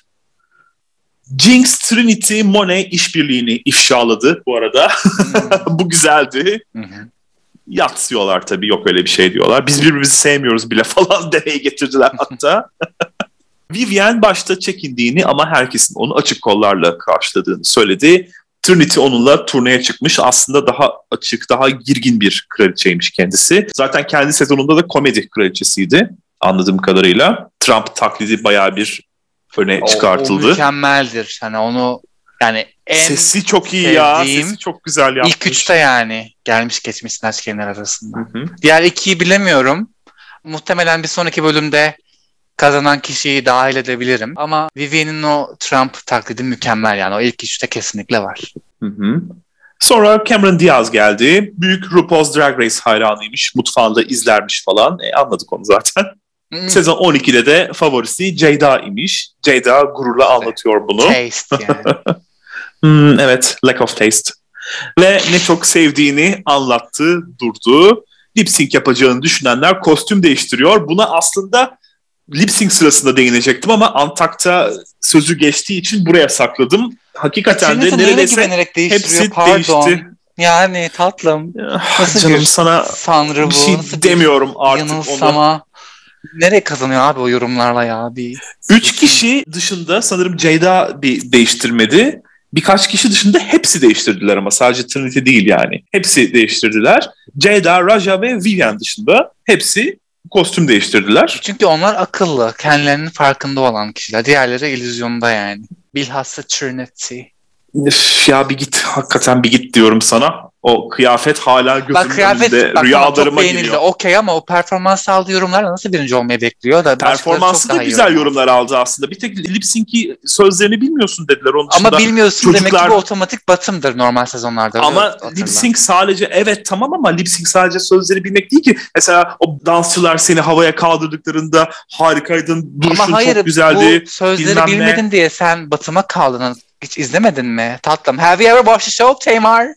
Jinx, Trinity, Monet işbirliğini ifşaladı bu arada. Bu güzeldi. Yatsıyorlar tabii, yok öyle bir şey diyorlar. Biz birbirimizi sevmiyoruz bile falan demeye getirdiler hatta. Vivienne başta çekindiğini ama herkesin onu açık kollarla karşıladığını söyledi. Trinity onunla turneye çıkmış. Aslında daha açık, daha girgin bir kraliçeymiş kendisi. Zaten kendi sezonunda da komedi kraliçesiydi anladığım kadarıyla. Trump taklidi bayağı bir öne çıkartıldı. O mükemmeldir. Hani onu yani sesi çok iyi ya. Sesi çok güzel yapmış. İlk üçte yani gelmiş geçmiş Snatchgame'ler arasında. Diğer ikiyi bilemiyorum. Muhtemelen bir sonraki bölümde kazanan kişiyi dahil edebilirim. Ama Vivienne'in o Trump taklidi mükemmel yani. O ilk üçte kesinlikle var. Sonra Cameron Diaz geldi. Büyük RuPaul's Drag Race hayranıymış. Mutfağında izlermiş falan. Anladık onu zaten. Sezon 12'de de favorisi Jada imiş. Jada gururla anlatıyor bunu. Taste yani. Evet, lack of taste. Ve ne çok sevdiğini anlattı, durdu. Lip sync yapacağını düşünenler kostüm değiştiriyor. Buna aslında lip sync sırasında değinecektim ama Antak'ta sözü geçtiği için buraya sakladım. Hakikaten de neredeyse hepsi değişti. Yani tatlım. Nasıl canım sana sanrı bir şey demiyorum artık yanılsama. Ona. Nereye kazanıyor abi o yorumlarla ya? 3 kişi dışında sanırım Jada bir değiştirmedi. Birkaç kişi dışında hepsi değiştirdiler ama sadece Trinity değil yani. Hepsi değiştirdiler. Jada, Raja ve Vivienne dışında hepsi kostüm değiştirdiler. Çünkü onlar akıllı, kendilerinin farkında olan kişiler. Diğerleri illüzyonda yani. Bilhassa Trinity. Ya bir git, hakikaten bir git diyorum sana. O kıyafet hala gözümün önünde, rüyalarıma geliyor. Okey ama o performans aldığı yorumlarla nasıl birinci olmayı bekliyor da. Performansı da güzel yorumlar aldı aslında. Bir tek lip sync'i sözlerini bilmiyorsun dediler onun dışında. Ama bilmiyorsun çocuklar... demek ki bu otomatik batımdır normal sezonlarda. Ama lip sync sadece evet tamam ama lip sync sadece sözleri bilmek değil ki. Mesela o dansçılar seni havaya kaldırdıklarında harikaydın, duruşun ama hayır, çok güzeldi. Ama bu sözleri bilmedin diye sen batıma kaldın. Hiç izlemedin mi tatlım? Have you ever watched the show Tamar?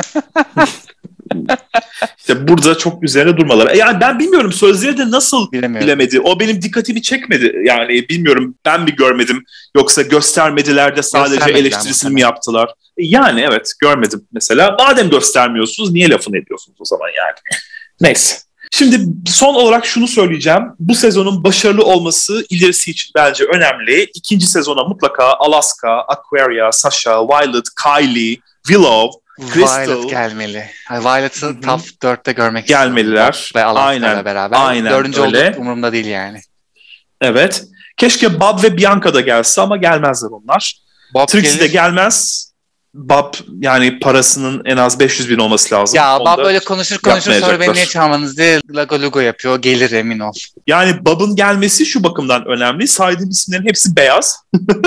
İşte burada çok üzerine durmaları. Yani ben bilmiyorum sözleri de nasıl bilemedi. O benim dikkatimi çekmedi. Yani bilmiyorum ben mi görmedim yoksa göstermediler de sadece eleştirisini mi yaptılar? Yani evet görmedim mesela. Madem göstermiyorsunuz niye lafını ediyorsunuz o zaman yani? Neyse. Şimdi son olarak şunu söyleyeceğim. Bu sezonun başarılı olması ilerisi için bence önemli. İkinci sezona mutlaka Alaska, Aquaria, Sasha, Violet, Kylie, Willow, Crystal. Violet gelmeli. Violet'ı top 4'te görmek gelmeliler. Ve Alaska'yla beraber. Aynen Dördüncü öyle. olduk umurumda değil yani. Evet. Keşke Bob ve Bianca da gelse ama gelmezler onlar. Trixie de gelmez. Bob yani parasının en az 500 bin olması lazım. Ya Bob böyle konuşur sonra beni niye çağırmanız diye lago yapıyor. Gelir emin ol. Yani Bob'un gelmesi şu bakımdan önemli. Saydığım isimlerin hepsi beyaz.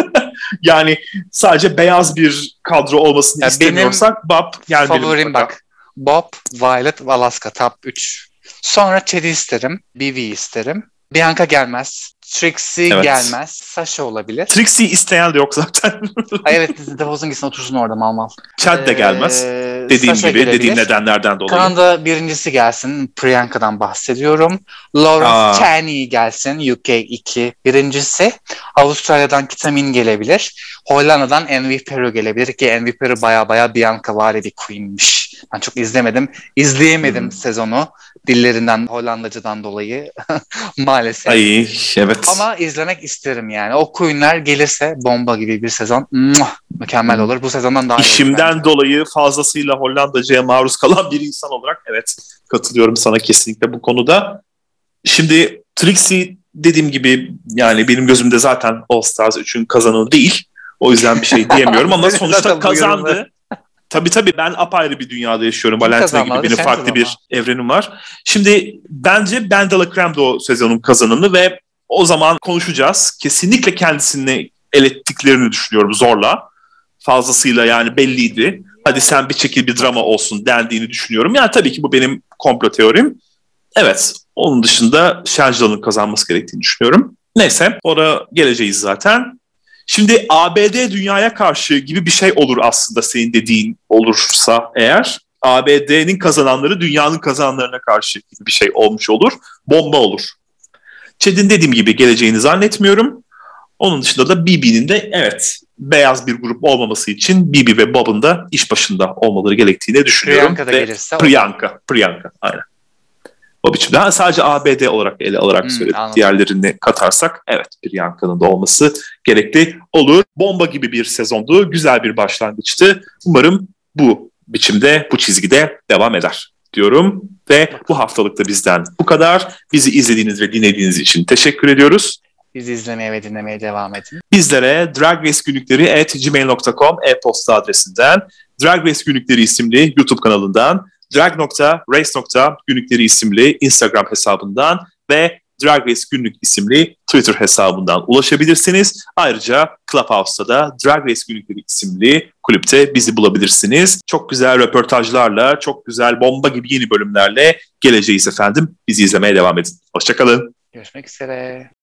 Yani sadece beyaz bir kadro olmasını istemiyorsak Bob gelmeli. Favorim bak. Bob, Violet, Alaska top 3. Çed'i isterim. Vivi isterim. Bianca gelmez. Trixie gelmez. Sasha olabilir. Trixie isteyen de yok zaten. Evet dizide bozun gitsin otursun orada mal. Chad de gelmez. Dediğim Sasha gibi gelebilir. dediğim nedenlerden dolayı. Kanada birincisi gelsin. Priyanka'dan bahsediyorum. Lawrence Chaney gelsin. UK 2 birincisi. Avustralya'dan Kitamin gelebilir. Hollanda'dan Envy Peru gelebilir ki Envy Peru baya Bianca vari bir queen'miş. Ben çok izleyemedim sezonu. Dillerinden, Hollandacadan dolayı maalesef. Ay evet. Ama izlemek isterim yani. O Queen'ler gelirse bomba gibi bir sezon mükemmel olur. Bu sezondan daha iyi olur. İşimden dolayı fazlasıyla Hollandaca'ya maruz kalan bir insan olarak evet katılıyorum sana kesinlikle bu konuda. Şimdi Trixie dediğim gibi yani benim gözümde zaten All Stars 3'ün kazananı değil. O yüzden bir şey diyemiyorum ama sonuçta kazandı. Tabii ben apayrı bir dünyada yaşıyorum. Valentina gibi benim farklı bir evrenim var. Şimdi bence Ben de la Creme de o sezonun kazananı ve o zaman konuşacağız. Kesinlikle kendisini elettiklerini düşünüyorum zorla. Fazlasıyla yani belliydi. hadi sen bir çekil bir drama olsun dendiğini düşünüyorum. Yani tabii ki bu benim komplo teorim. Evet, onun dışında Shangela-'nın kazanması gerektiğini düşünüyorum. Neyse, oraya geleceğiz zaten. Şimdi ABD dünyaya karşı gibi bir şey olur aslında, senin dediğin olursa eğer. ABD'nin kazananları dünyanın kazananlarına karşı gibi bir şey olmuş olur. Bomba olur. Chad'in dediğim gibi geleceğini zannetmiyorum. Onun dışında da BB'nin de evet beyaz bir grup olmaması için BB ve Bob'un da iş başında olmaları gerektiğini düşünüyorum. Priyanka da gelirse. Priyanka aynen. O biçimde sadece ABD olarak ele alarak söyledim. Anladım. Diğerlerini katarsak evet Priyanka'nın da olması gerekli olur. Bomba gibi bir sezondu. Güzel bir başlangıçtı. Umarım bu biçimde, bu çizgide devam eder diyorum. Ve bu haftalık da bizden bu kadar. Bizi izlediğiniz ve dinlediğiniz için teşekkür ediyoruz. Bizi izlemeye ve dinlemeye devam edin. Bizlere dragracegünlükleri@gmail.com e-posta adresinden, Drag Race Günlükleri isimli YouTube kanalından, drag.race.günlükleri isimli Instagram hesabından ve Drag Race Günlük isimli Twitter hesabından ulaşabilirsiniz. Ayrıca Clubhouse'da da Drag Race Günlükleri isimli kulüpte bizi bulabilirsiniz. Çok güzel röportajlarla, çok güzel bomba gibi yeni bölümlerle geleceğiz efendim. Bizi izlemeye devam edin. Hoşçakalın. Görüşmek üzere.